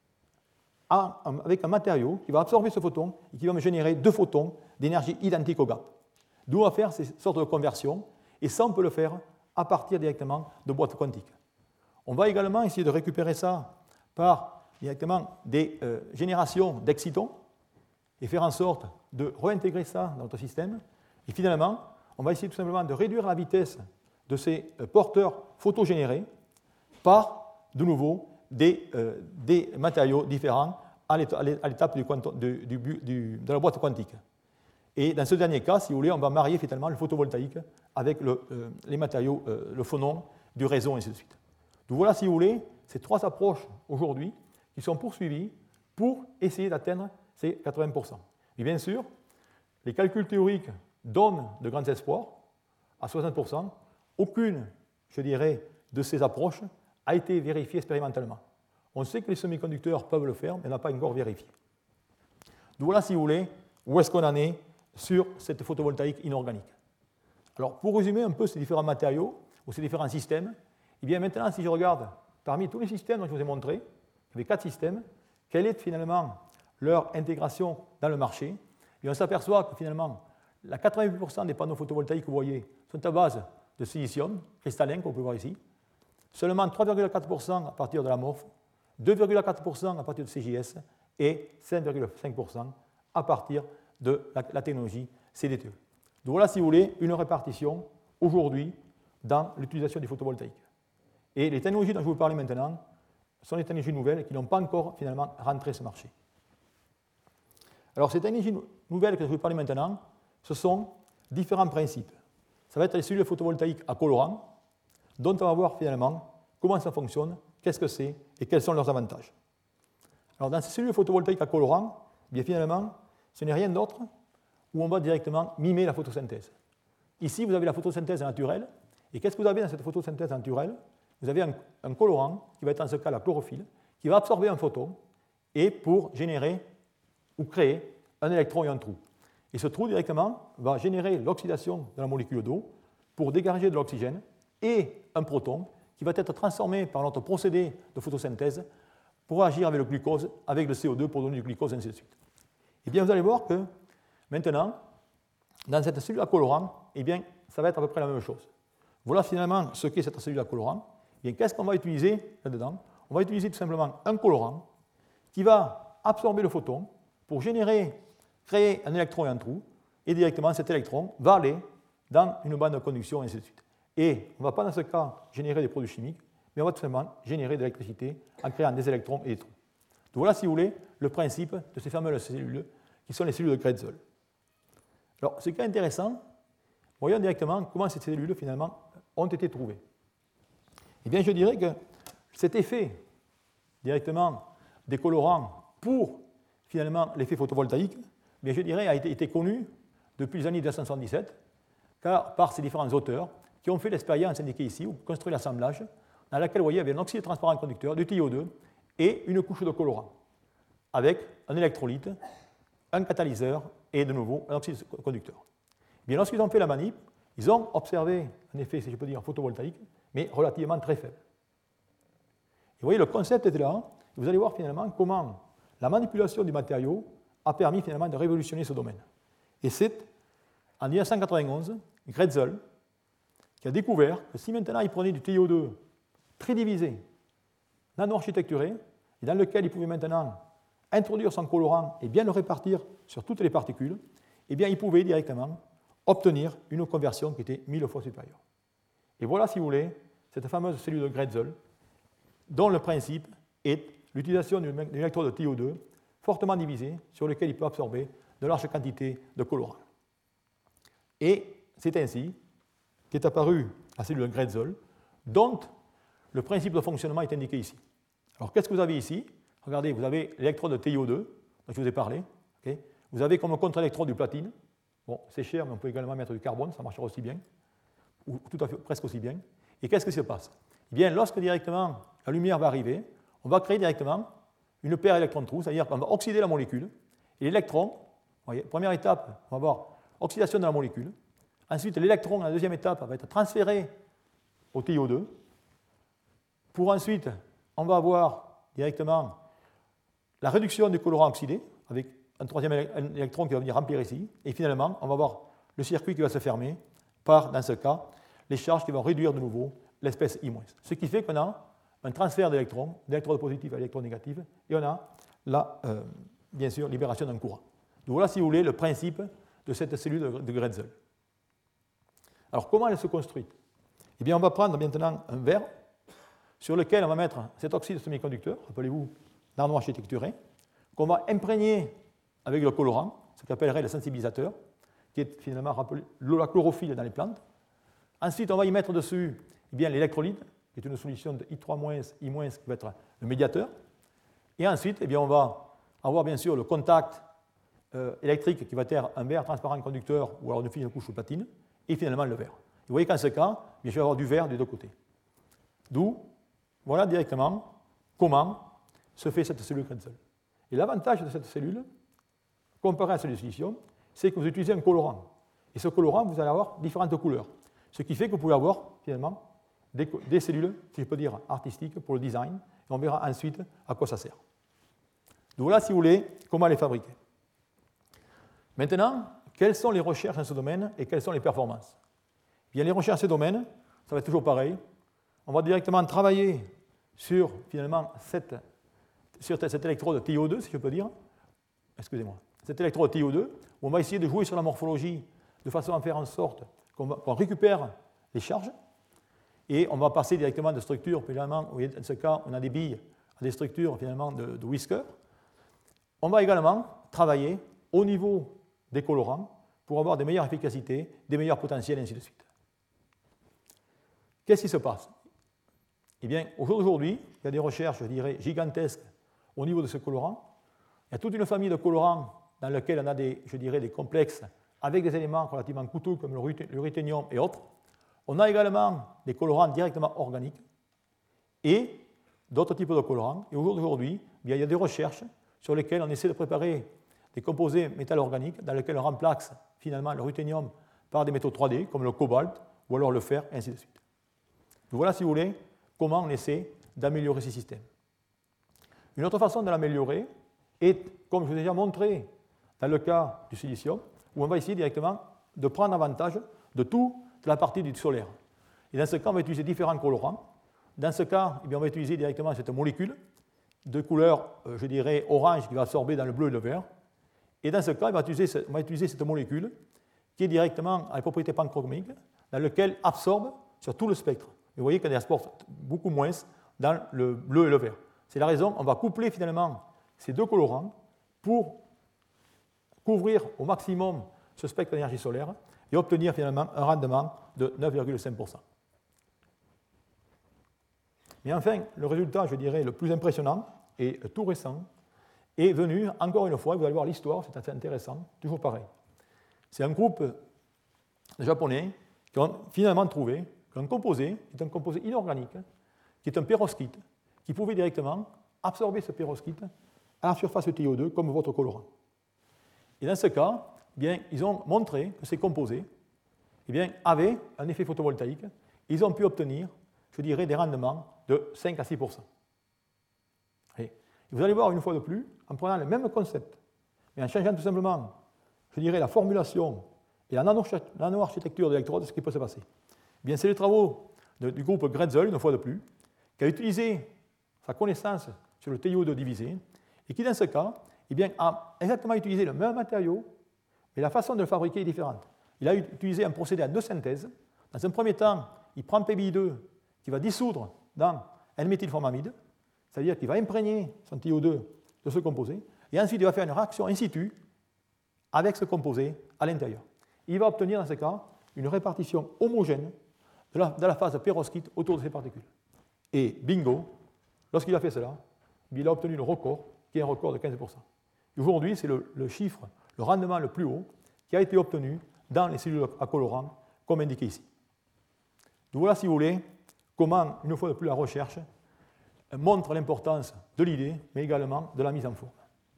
en, avec un matériau qui va absorber ce photon et qui va me générer deux photons d'énergie identique au gap. D'où on va faire ces sortes de conversions, et ça, on peut le faire à partir directement de boîtes quantiques. On va également essayer de récupérer ça par directement des euh, générations d'excitons et faire en sorte de réintégrer ça dans notre système. Et finalement, on va essayer tout simplement de réduire la vitesse de ces euh, porteurs photogénérés par, de nouveau, des, euh, des matériaux différents à l'étape du du, du, du, de la boîte quantique. Et dans ce dernier cas, si vous voulez, on va marier finalement le photovoltaïque avec le, euh, les matériaux, euh, le phonon du réseau, et ainsi de suite. Donc voilà, si vous voulez, ces trois approches aujourd'hui qui sont poursuivies pour essayer d'atteindre ces quatre-vingts pour cent. Et bien sûr, les calculs théoriques donnent de grands espoirs à soixante pour cent. Aucune, je dirais, de ces approches a été vérifiée expérimentalement. On sait que les semi-conducteurs peuvent le faire, mais on n'a pas encore vérifié. Donc voilà, si vous voulez, où est-ce qu'on en est sur cette photovoltaïque inorganique. Alors, pour résumer un peu ces différents matériaux ou ces différents systèmes, eh bien maintenant, si je regarde parmi tous les systèmes dont je vous ai montré, il y avait quatre systèmes, quelle est finalement leur intégration dans le marché? Et on s'aperçoit que finalement, la quatre-vingt-huit pour cent des panneaux photovoltaïques que vous voyez sont à base de silicium cristallin, comme vous pouvez voir ici, seulement trois virgule quatre pour cent à partir de l'amorphe, deux virgule quatre pour cent à partir de C J S et cinq virgule cinq pour cent à partir de la, la technologie C D T E. Donc voilà, si vous voulez, une répartition aujourd'hui dans l'utilisation du photovoltaïque. Et les technologies dont je vais vous parler maintenant sont des technologies nouvelles qui n'ont pas encore finalement rentré sur ce marché. Alors ces technologies nouvelles que je vais vous parler maintenant, ce sont différents principes. Ça va être les cellules photovoltaïques à colorant, dont on va voir finalement comment ça fonctionne, qu'est-ce que c'est et quels sont leurs avantages. Alors dans ces cellules photovoltaïques à colorant, bien finalement, ce n'est rien d'autre où on va directement mimer la photosynthèse. Ici, vous avez la photosynthèse naturelle, et qu'est-ce que vous avez dans cette photosynthèse naturelle? Vous avez un, un colorant, qui va être en ce cas la chlorophylle, qui va absorber un photon, et pour générer ou créer un électron et un trou. Et ce trou, directement, va générer l'oxydation de la molécule d'eau pour dégager de l'oxygène et un proton qui va être transformé par notre procédé de photosynthèse pour agir avec le glucose, avec le C O deux pour donner du glucose, et ainsi de suite. Et bien, vous allez voir que maintenant, dans cette cellule à colorant, eh bien, ça va être à peu près la même chose. Voilà finalement ce qu'est cette cellule à colorant. Et qu'est-ce qu'on va utiliser là-dedans? On va utiliser tout simplement un colorant qui va absorber le photon pour générer, créer un électron et un trou, et directement cet électron va aller dans une bande de conduction, et ainsi de suite. Et on ne va pas dans ce cas générer des produits chimiques, mais on va tout simplement générer de l'électricité en créant des électrons et des trous. Donc voilà, si vous voulez, le principe de ces fameuses cellules qui sont les cellules de Grätzel. Alors, ce qui est intéressant, voyons directement comment ces cellules, finalement, ont été trouvées. Eh bien, je dirais que cet effet, directement, des colorants pour, finalement, l'effet photovoltaïque, bien, je dirais, a été, été connu depuis les années mille neuf cent soixante-dix-sept, car par ces différents auteurs qui ont fait l'expérience indiquée ici, ou construit l'assemblage, dans laquelle, vous voyez, il y avait un oxyde transparent conducteur, du T I O deux, et une couche de colorant, avec un électrolyte, un catalyseur et de nouveau un oxyde conducteur. Bien, lorsqu'ils ont fait la manip, ils ont observé un effet, si je peux dire, photovoltaïque, mais relativement très faible. Et vous voyez, le concept était là, et vous allez voir finalement comment la manipulation du matériau a permis finalement de révolutionner ce domaine. Et c'est en mille neuf cent quatre-vingt-onze, Grätzel, qui a découvert que si maintenant il prenait du T I O deux très divisé, nano-architecturé, et dans lequel il pouvait maintenant introduire son colorant et bien le répartir sur toutes les particules, eh bien il pouvait directement obtenir une conversion qui était mille fois supérieure. Et voilà, si vous voulez, cette fameuse cellule de Grätzel, dont le principe est l'utilisation d'un électrode de T I O deux fortement divisé, sur lequel il peut absorber de larges quantités de colorant. Et c'est ainsi qu'est apparue la cellule de Grätzel, dont le principe de fonctionnement est indiqué ici. Alors, qu'est-ce que vous avez ici? Regardez, vous avez l'électrode de T I O deux, dont je vous ai parlé. Okay, vous avez comme contre-électrode du platine. Bon, c'est cher, mais on peut également mettre du carbone, ça marchera aussi bien, ou tout à fait, presque aussi bien. Et qu'est-ce qui se passe? Eh bien, lorsque directement la lumière va arriver, on va créer directement une paire électron-trou, c'est-à-dire qu'on va oxyder la molécule. Et l'électron, voyez, première étape, on va avoir oxydation de la molécule. Ensuite, l'électron, la deuxième étape, va être transféré au T I O deux. Pour ensuite, on va avoir directement la réduction du colorant oxydé, avec un troisième électron qui va venir remplir ici. Et finalement, on va avoir le circuit qui va se fermer par, dans ce cas, les charges qui vont réduire de nouveau l'espèce I-. Ce qui fait qu'on a un transfert d'électrons, d'électrodes positives à électrons négatifs, et on a la, euh, bien sûr, libération d'un courant. Donc voilà, si vous voulez, le principe de cette cellule de, de Grätzel. Alors, comment elle se construit? Eh bien, on va prendre maintenant un verre sur lequel on va mettre cet oxyde semi-conducteur, rappelez-vous, nano-architecturé, qu'on va imprégner avec le colorant, ce qu'on appellerait le sensibilisateur, qui est finalement rappelé, la chlorophylle dans les plantes. Ensuite, on va y mettre dessus eh bien, l'électrolyte, qui est une solution de I trois moins, I moins, qui va être le médiateur. Et ensuite, eh bien, on va avoir bien sûr le contact euh, électrique qui va être un verre transparent conducteur ou alors une fine couche de platine, et finalement le verre. Vous voyez qu'en ce cas, je vais avoir du verre des deux côtés. D'où, voilà directement comment se fait cette cellule Grätzel. Et l'avantage de cette cellule, comparé à celle de silicium, c'est que vous utilisez un colorant. Et ce colorant, vous allez avoir différentes couleurs. Ce qui fait que vous pouvez avoir, finalement, des, des cellules, si je peux dire, artistiques pour le design, et on verra ensuite à quoi ça sert. Donc voilà, si vous voulez, comment les fabriquer. Maintenant, quelles sont les recherches dans ce domaine et quelles sont les performances? Bien, les recherches dans ce domaine, ça va être toujours pareil. On va directement travailler sur, finalement, cette, sur cette électrode T I O deux, si je peux dire. Excusez-moi. Cette électrode T I O deux, où on va essayer de jouer sur la morphologie de façon à faire en sorte qu'on, qu'on récupère les charges. et on va passer directement de structures, finalement, dans ce cas, on a des billes, à des structures finalement de, de whisker. On va également travailler au niveau des colorants pour avoir des meilleures efficacités, des meilleurs potentiels, et ainsi de suite. Qu'est-ce qui se passe? Eh bien, aujourd'hui, il y a des recherches, je dirais, gigantesques au niveau de ce colorant. Il y a toute une famille de colorants dans lesquels on a des, je dirais, des complexes avec des éléments relativement coûteux comme le ruthénium et autres. On a également des colorants directement organiques et d'autres types de colorants. Et aujourd'hui, il y a des recherches sur lesquelles on essaie de préparer des composés métallo-organiques dans lesquels on remplace finalement le ruthénium par des métaux trois D comme le cobalt ou alors le fer, et ainsi de suite. Donc voilà, si vous voulez, comment on essaie d'améliorer ces systèmes. Une autre façon de l'améliorer est, comme je vous ai déjà montré dans le cas du silicium, où on va essayer directement de prendre avantage de toute la partie du solaire. Et dans ce cas, on va utiliser différents colorants. Dans ce cas, eh bien, on va utiliser directement cette molécule de couleur, euh, je dirais, orange qui va absorber dans le bleu et le vert. Et dans ce cas, on va utiliser, ce, on va utiliser cette molécule qui est directement à la propriété panchromique, dans laquelle absorbe sur tout le spectre. Et vous voyez qu'elle exporte beaucoup moins dans le bleu et le vert. C'est la raison, on va coupler finalement ces deux colorants pour couvrir au maximum ce spectre d'énergie solaire et obtenir finalement un rendement de neuf virgule cinq pour cent. Mais enfin, le résultat, je dirais, le plus impressionnant et tout récent est venu, encore une fois, vous allez voir l'histoire, c'est assez intéressant, toujours pareil. C'est un groupe de Japonais qui ont finalement trouvé qu'un composé est un composé inorganique, qui est un pérovskite, qui pouvait directement absorber ce pérovskite à la surface T I O deux comme votre colorant. Et dans ce cas, eh bien, ils ont montré que ces composés eh bien, avaient un effet photovoltaïque. Ils ont pu obtenir, je dirais, des rendements de cinq à six pour cent. Et vous allez voir une fois de plus, en prenant le même concept, mais en changeant tout simplement, je dirais, la formulation et la nano-architecture de l'électrode, ce qui peut se passer. Eh bien, c'est les travaux de, du groupe Gretzel, une fois de plus, qui a utilisé sa connaissance sur le T I O deux divisé, et qui, dans ce cas, eh bien, a exactement utilisé le même matériau, mais la façon de le fabriquer est différente. Il a utilisé un procédé à deux synthèses. Dans un premier temps, il prend P B I deux qui va dissoudre dans N-méthylformamide, c'est-à-dire qu'il va imprégner son T I O deux de ce composé, et ensuite il va faire une réaction in situ avec ce composé à l'intérieur. Il va obtenir dans ce cas une répartition homogène de la, de la phase pérovskite autour de ces particules. Et bingo, lorsqu'il a fait cela, il a obtenu le record, qui est un record de quinze pour cent. Aujourd'hui, c'est le, le chiffre, le rendement le plus haut qui a été obtenu dans les cellules à colorant, comme indiqué ici. Donc voilà, si vous voulez, comment, une fois de plus, la recherche montre l'importance de l'idée, mais également de la mise en forme.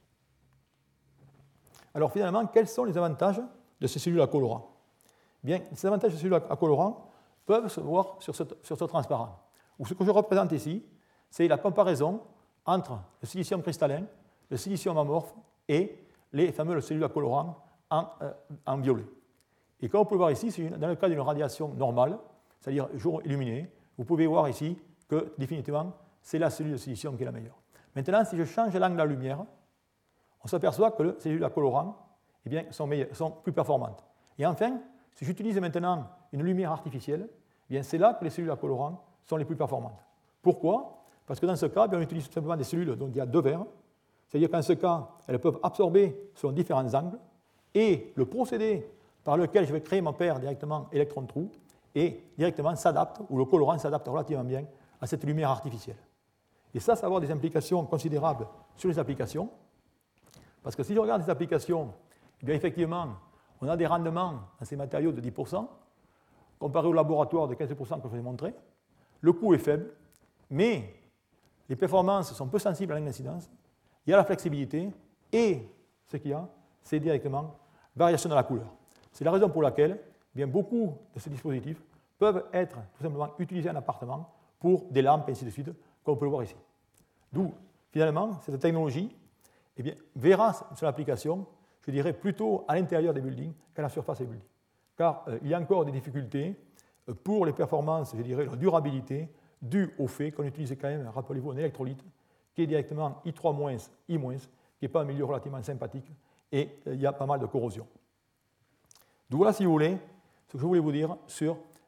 Alors finalement, quels sont les avantages de ces cellules à colorant? Bien, ces avantages de ces cellules à colorant peuvent se voir sur ce, sur ce transparent. Ou ce que je représente ici, c'est la comparaison entre le silicium cristallin, le silicium amorphe et les fameuses cellules à colorant en, euh, en violet. Et comme vous pouvez voir ici, c'est dans le cas d'une radiation normale, c'est-à-dire jour illuminé, vous pouvez voir ici que définitivement, c'est la cellule de silicium qui est la meilleure. Maintenant, si je change l'angle de la lumière, on s'aperçoit que les cellules à colorant eh bien, sont, meilleures, sont plus performantes. Et enfin, si j'utilise maintenant une lumière artificielle, eh bien, c'est là que les cellules à colorant sont les plus performantes. Pourquoi? Parce que dans ce cas, eh bien, on utilise tout simplement des cellules dont il y a deux verres, c'est-à-dire qu'en ce cas, elles peuvent absorber selon différents angles, et le procédé par lequel je vais créer mon paire directement électron-trou et directement s'adapte, ou le colorant s'adapte relativement bien à cette lumière artificielle. Et ça, ça va avoir des implications considérables sur les applications, parce que si je regarde les applications, eh bien effectivement, on a des rendements dans ces matériaux de dix pour cent, comparé au laboratoire de quinze pour cent que je vous ai montré. Le coût est faible, mais les performances sont peu sensibles à l'incidence, il y a la flexibilité, et ce qu'il y a, c'est directement variation de la couleur. C'est la raison pour laquelle eh bien, beaucoup de ces dispositifs peuvent être tout simplement utilisés en appartement pour des lampes, et ainsi de suite, comme on peut le voir ici. D'où, finalement, cette technologie eh bien, verra son application, je dirais, plutôt à l'intérieur des buildings qu'à la surface des buildings. Car euh, il y a encore des difficultés euh, pour les performances, je dirais, la durabilité, due au fait qu'on utilise quand même, rappelez-vous, un électrolyte qui est directement I trois moins, I moins, qui n'est pas un milieu relativement sympathique, et euh, il y a pas mal de corrosion. Donc voilà, si vous voulez, ce que je voulais vous dire sur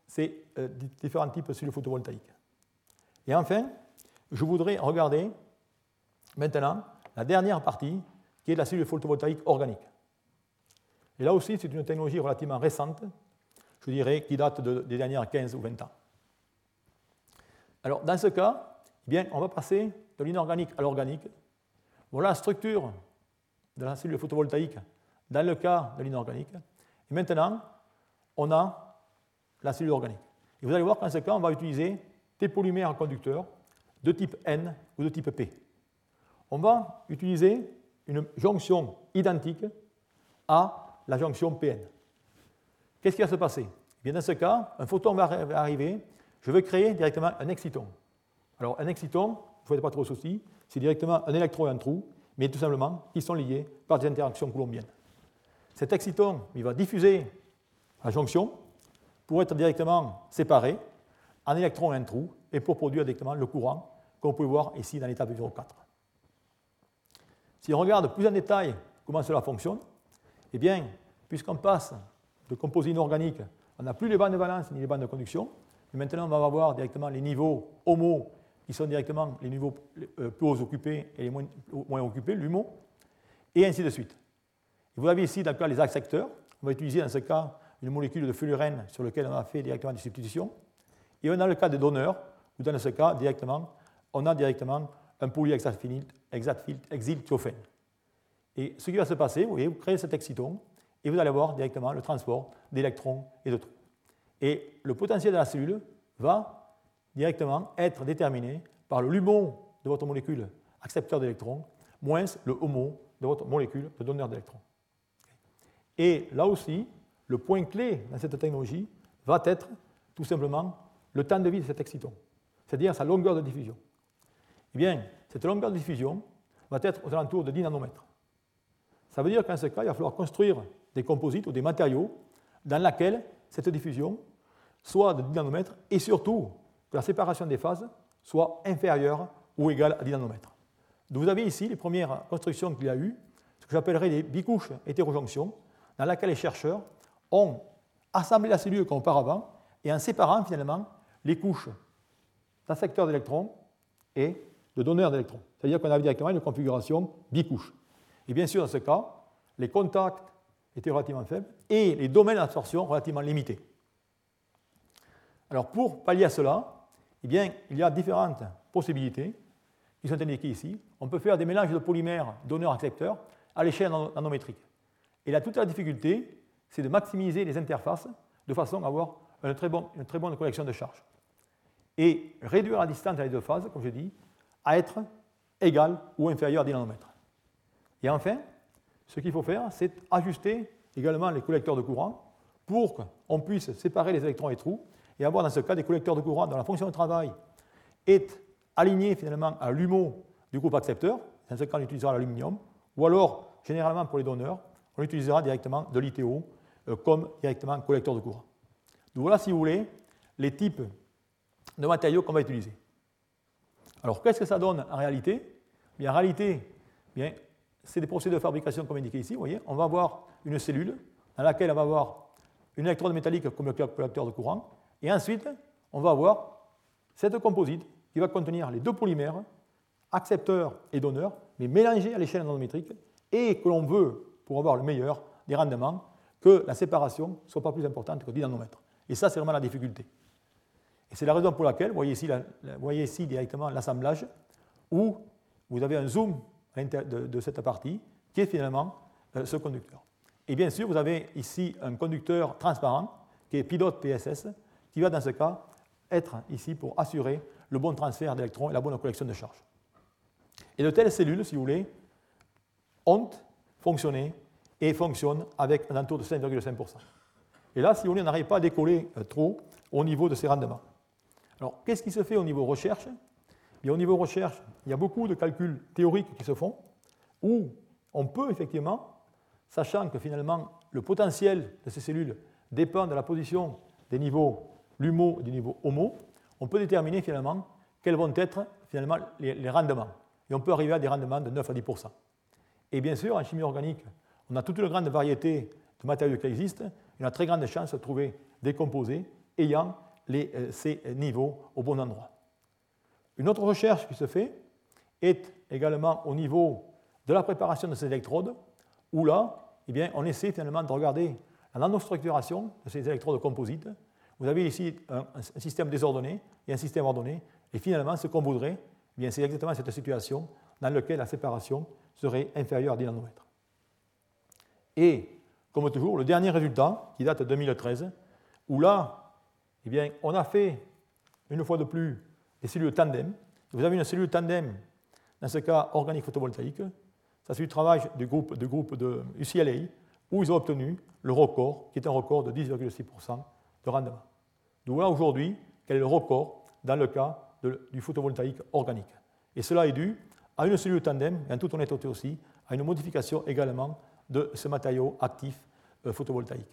ces euh, différents types de cellules photovoltaïques. Et enfin, je voudrais regarder maintenant la dernière partie, qui est la cellule photovoltaïque organique. Et là aussi, c'est une technologie relativement récente, je dirais, qui date de, des dernières quinze ou vingt ans. Alors, dans ce cas, eh bien, on va passer de l'inorganique à l'organique. Voilà la structure de la cellule photovoltaïque dans le cas de l'inorganique. Et maintenant, on a la cellule organique. Et vous allez voir qu'en ce cas, on va utiliser des polymères conducteurs de type N ou de type P. On va utiliser une jonction identique à la jonction P N. Qu'est-ce qui va se passer? Eh bien, dans ce cas, un photon va arriver, je vais créer directement un exciton. Alors, un exciton, ne vous faites pas trop de soucis, c'est directement un électron et un trou, mais tout simplement, ils sont liés par des interactions coulombiennes. Cet exciton, il va diffuser la jonction pour être directement séparé en électron et un trou, et pour produire directement le courant qu'on peut voir ici dans l'étape zéro quatre. Si on regarde plus en détail comment cela fonctionne, eh bien, puisqu'on passe de composés inorganiques, on n'a plus les bandes de valence ni les bandes de conduction, mais maintenant on va avoir directement les niveaux HOMO, qui sont directement les niveaux plus hauts occupés et les moins, moins occupés, l'HUMO, et ainsi de suite. Et vous avez ici, dans le cas, les accepteurs. On va utiliser dans ce cas une molécule de fullerène sur laquelle on a fait directement des substitutions. Et on a le cas des donneurs, où dans ce cas, directement, on a directement un polyhexylthiophène. Et ce qui va se passer, vous voyez, vous créez cet exciton, et vous allez avoir directement le transport d'électrons et de trous. Et le potentiel de la cellule va directement être déterminé par le LUMO de votre molécule accepteur d'électrons moins le HOMO de votre molécule de donneur d'électrons. Et là aussi, le point clé dans cette technologie va être tout simplement le temps de vie de cet exciton, c'est-à-dire sa longueur de diffusion. Eh bien, cette longueur de diffusion va être aux alentours de dix nanomètres. Ça veut dire qu'en ce cas, il va falloir construire des composites ou des matériaux dans lesquels cette diffusion soit de dix nanomètres et surtout que la séparation des phases soit inférieure ou égale à dix nanomètres. Donc vous avez ici les premières constructions qu'il y a eu, ce que j'appellerais des bicouches hétérojonctions, dans lesquelles les chercheurs ont assemblé la cellule comme auparavant et en séparant finalement les couches d'accepteurs d'électrons et de donneurs d'électrons. C'est-à-dire qu'on avait directement une configuration bicouche. Et bien sûr, dans ce cas, les contacts étaient relativement faibles et les domaines d'absorption relativement limités. Alors pour pallier à cela, eh bien, il y a différentes possibilités qui sont indiquées ici. On peut faire des mélanges de polymères donneurs-accepteurs à l'échelle nanométrique. Et là, toute la difficulté, c'est de maximiser les interfaces de façon à avoir une très, bon, une très bonne collection de charges. Et réduire la distance entre les deux phases, comme je dis, à être égale ou inférieure à dix nanomètres. Et enfin, ce qu'il faut faire, c'est ajuster également les collecteurs de courant pour qu'on puisse séparer les électrons et trous et avoir dans ce cas des collecteurs de courant dont la fonction de travail est alignée finalement à l'HUMO du groupe accepteur. Dans ce cas, on utilisera l'aluminium. Ou alors, généralement pour les donneurs, on utilisera directement de l'I T O euh, comme directement collecteur de courant. Donc voilà, si vous voulez, les types de matériaux qu'on va utiliser. Alors, qu'est-ce que ça donne en réalité? Bien, en réalité, bien, c'est des procédés de fabrication comme indiqué ici. Vous voyez, on va avoir une cellule dans laquelle on va avoir une électrode métallique comme le collecteur de courant. Et ensuite, on va avoir cette composite qui va contenir les deux polymères, accepteurs et donneurs, mais mélangés à l'échelle nanométrique, et que l'on veut, pour avoir le meilleur des rendements, que la séparation ne soit pas plus importante que dix nanomètres. Et ça, c'est vraiment la difficulté. Et c'est la raison pour laquelle, vous voyez ici, la, la, vous voyez ici directement l'assemblage, où vous avez un zoom de, de cette partie, qui est finalement euh, ce conducteur. Et bien sûr, vous avez ici un conducteur transparent, qui est pilote P S S, qui va dans ce cas être ici pour assurer le bon transfert d'électrons et la bonne collection de charges. Et de telles cellules, si vous voulez, ont fonctionné et fonctionnent avec un entour de cinq virgule cinq pour cent. Et là, si vous voulez, on n'arrive pas à décoller trop au niveau de ces rendements. Alors, qu'est-ce qui se fait au niveau recherche? Bien, au niveau recherche, il y a beaucoup de calculs théoriques qui se font, où on peut effectivement, sachant que finalement le potentiel de ces cellules dépend de la position des niveaux LUMO et du niveau HOMO, on peut déterminer finalement quels vont être finalement les, les rendements. Et on peut arriver à des rendements de neuf à dix pour cent. Et bien sûr, en chimie organique, on a toute une grande variété de matériaux qui existent, et on a très grande chance de trouver des composés ayant les, euh, ces niveaux au bon endroit. Une autre recherche qui se fait est également au niveau de la préparation de ces électrodes, où là, eh bien, on essaie finalement de regarder la nanostructuration de ces électrodes composites. Vous avez ici un, un système désordonné et un système ordonné, et finalement, ce qu'on voudrait, eh bien, c'est exactement cette situation dans laquelle la séparation serait inférieure à dix nanomètres. Et, comme toujours, le dernier résultat, qui date de deux mille treize, où là, eh bien, on a fait, une fois de plus, des cellules tandem. Vous avez une cellule tandem, dans ce cas organique photovoltaïque. Ça, c'est du travail du groupe, du groupe de U C L A, où ils ont obtenu le record, qui est un record de dix virgule six pour cent de rendement. Donc voilà aujourd'hui quel est le record dans le cas de, du photovoltaïque organique. Et cela est dû à une cellule tandem, et en toute honnêteté aussi, à une modification également de ce matériau actif euh, photovoltaïque.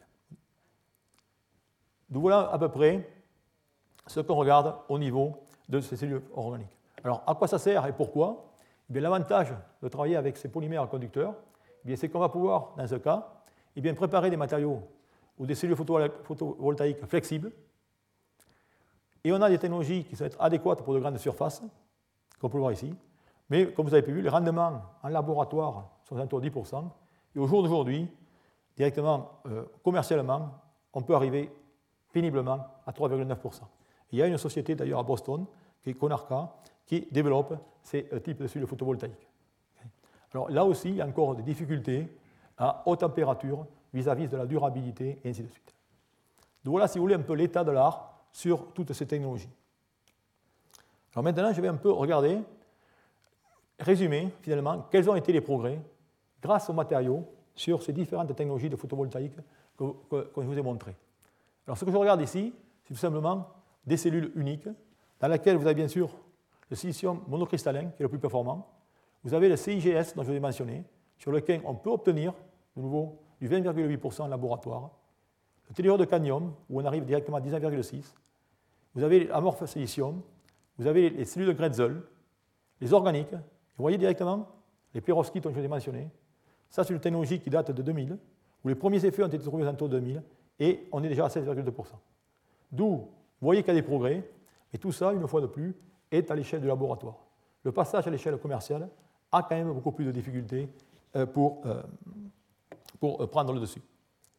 Donc voilà à peu près ce qu'on regarde au niveau de ces cellules organiques. Alors, à quoi ça sert et pourquoi? Eh bien, l'avantage de travailler avec ces polymères conducteurs, eh bien, c'est qu'on va pouvoir, dans ce cas, eh bien, préparer des matériaux ou des cellules photovoltaïques flexibles. Et on a des technologies qui sont adéquates pour de grandes surfaces, comme on peut le voir ici. Mais, comme vous avez pu vu, les rendements en laboratoire sont autour de dix pour cent. Et au jour d'aujourd'hui, directement, euh, commercialement, on peut arriver péniblement à trois virgule neuf pour cent. Il y a une société d'ailleurs à Boston, qui est Konarka, qui développe ces euh, types de cellules photovoltaïques. Alors là aussi, il y a encore des difficultés à haute température vis-à-vis de la durabilité et ainsi de suite. Donc voilà, si vous voulez, un peu l'état de l'art sur toutes ces technologies. Alors maintenant, je vais un peu regarder, résumer finalement, quels ont été les progrès grâce aux matériaux sur ces différentes technologies de photovoltaïque que, que, que je vous ai montrées. Alors ce que je regarde ici, c'est tout simplement des cellules uniques, dans lesquelles vous avez bien sûr le silicium monocristallin, qui est le plus performant. Vous avez le C I G S, dont je vous ai mentionné, sur lequel on peut obtenir, de nouveau, du vingt virgule huit pour cent en laboratoire. Le tellurure de cadmium, où on arrive directement à dix-neuf virgule six. Vous avez l'amorphe silicium. Vous avez les cellules de Grätzel, les organiques. Vous voyez directement les perovskites, dont je vous ai mentionné. Ça, c'est une technologie qui date de deux mille, où les premiers effets ont été trouvés en deux mille, et on est déjà à seize virgule deux pour cent. D'où, vous voyez qu'il y a des progrès, et tout ça, une fois de plus, est à l'échelle du laboratoire. Le passage à l'échelle commerciale a quand même beaucoup plus de difficultés pour, pour prendre le dessus.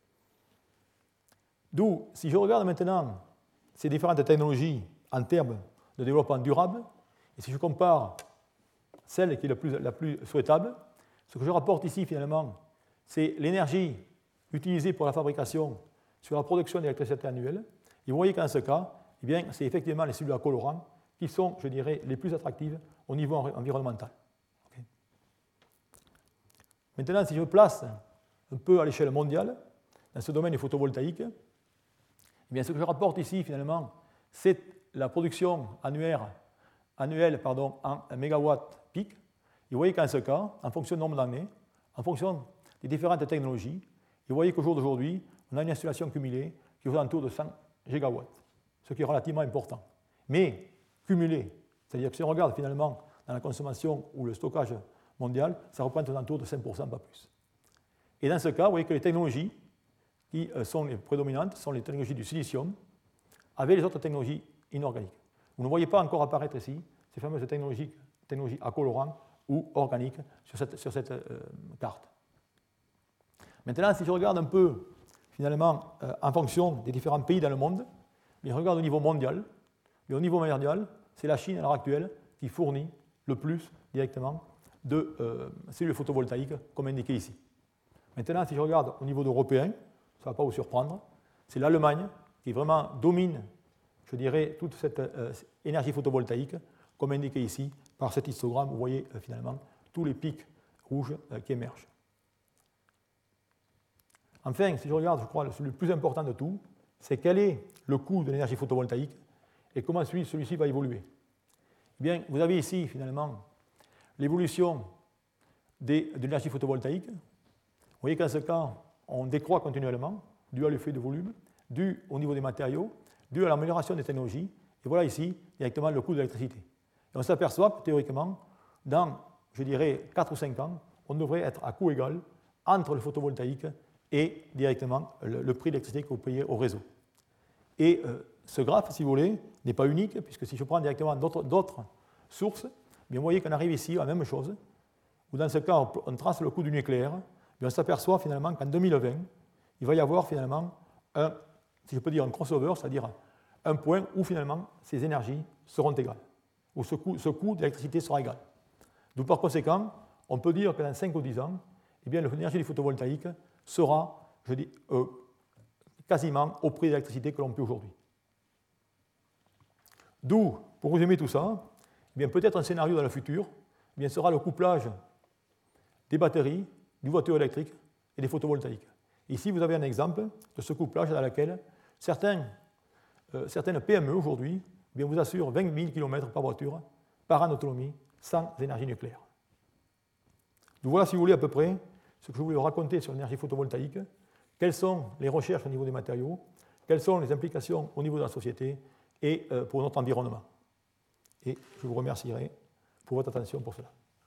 D'où, si je regarde maintenant ces différentes technologies en termes de développement durable, et si je compare celle qui est la plus, la plus souhaitable, ce que je rapporte ici finalement, c'est l'énergie utilisée pour la fabrication sur la production d'électricité annuelle. Et vous voyez qu'en ce cas, eh bien, c'est effectivement les cellules à colorant qui sont, je dirais, les plus attractives au niveau environnemental. Okay. Maintenant, si je me place un peu à l'échelle mondiale, dans ce domaine du photovoltaïque, eh bien, ce que je rapporte ici, finalement, c'est la production annuelle, annuelle pardon, en mégawatts pic. Et vous voyez qu'en ce cas, en fonction du nombre d'années, en fonction des différentes technologies, vous voyez qu'au jour d'aujourd'hui, on a une installation cumulée qui est aux alentours de cent gigawatts, ce qui est relativement important. Mais cumulé, c'est-à-dire que si on regarde finalement dans la consommation ou le stockage mondial, ça représente aux alentours de cinq pour cent, pas plus. Et dans ce cas, vous voyez que les technologies qui sont les prédominantes sont les technologies du silicium avec les autres technologies inorganiques. Vous ne voyez pas encore apparaître ici ces fameuses technologies, technologies à colorant ou organiques sur cette, sur cette euh, carte. Maintenant, si je regarde un peu, finalement, euh, en fonction des différents pays dans le monde, je regarde au niveau mondial, et au niveau mondial, c'est la Chine à l'heure actuelle qui fournit le plus directement de euh, cellules photovoltaïques, comme indiqué ici. Maintenant, si je regarde au niveau européen, ça ne va pas vous surprendre, c'est l'Allemagne qui vraiment domine, je dirais, toute cette euh, énergie photovoltaïque, comme indiqué ici par cet histogramme. Vous voyez euh, finalement tous les pics rouges euh, qui émergent. Enfin, si je regarde, je crois, le plus important de tout, c'est quel est le coût de l'énergie photovoltaïque et comment celui-ci va évoluer. Eh bien, vous avez ici, finalement, l'évolution de l'énergie photovoltaïque. Vous voyez qu'en ce cas, on décroît continuellement, dû à l'effet de volume, dû au niveau des matériaux, dû à l'amélioration des technologies. Et voilà ici, directement, le coût de l'électricité. Et on s'aperçoit que, théoriquement, dans, je dirais, quatre ou cinq ans, on devrait être à coût égal entre le photovoltaïque et directement le, le prix d'électricité que vous payez au réseau. Et euh, ce graphe, si vous voulez, n'est pas unique, puisque si je prends directement d'autres sources, bien, vous voyez qu'on arrive ici à la même chose, où dans ce cas, on trace le coût du nucléaire, bien, on s'aperçoit finalement qu'en deux mille vingt, il va y avoir finalement un, si je peux dire, un crossover, c'est-à-dire un point où finalement ces énergies seront égales, où ce coût, ce coût d'électricité sera égal. Donc par conséquent, on peut dire que dans cinq ou dix ans, eh bien, l'énergie du photovoltaïque sera, je dis, euh, quasiment au prix d'électricité que l'on peut aujourd'hui. D'où, pour résumer tout ça, eh bien, peut-être un scénario dans le futur eh bien, sera le couplage des batteries, du voiture électrique et des photovoltaïques. Ici, vous avez un exemple de ce couplage dans lequel certains, euh, certaines P M E aujourd'hui eh bien, vous assurent vingt mille kilomètres par voiture par an d'autonomie sans énergie nucléaire. Donc voilà, si vous voulez, à peu près ce que je voulais vous raconter sur l'énergie photovoltaïque, quelles sont les recherches au niveau des matériaux, quelles sont les implications au niveau de la société et euh, pour notre environnement. Et je vous remercierai pour votre attention pour cela.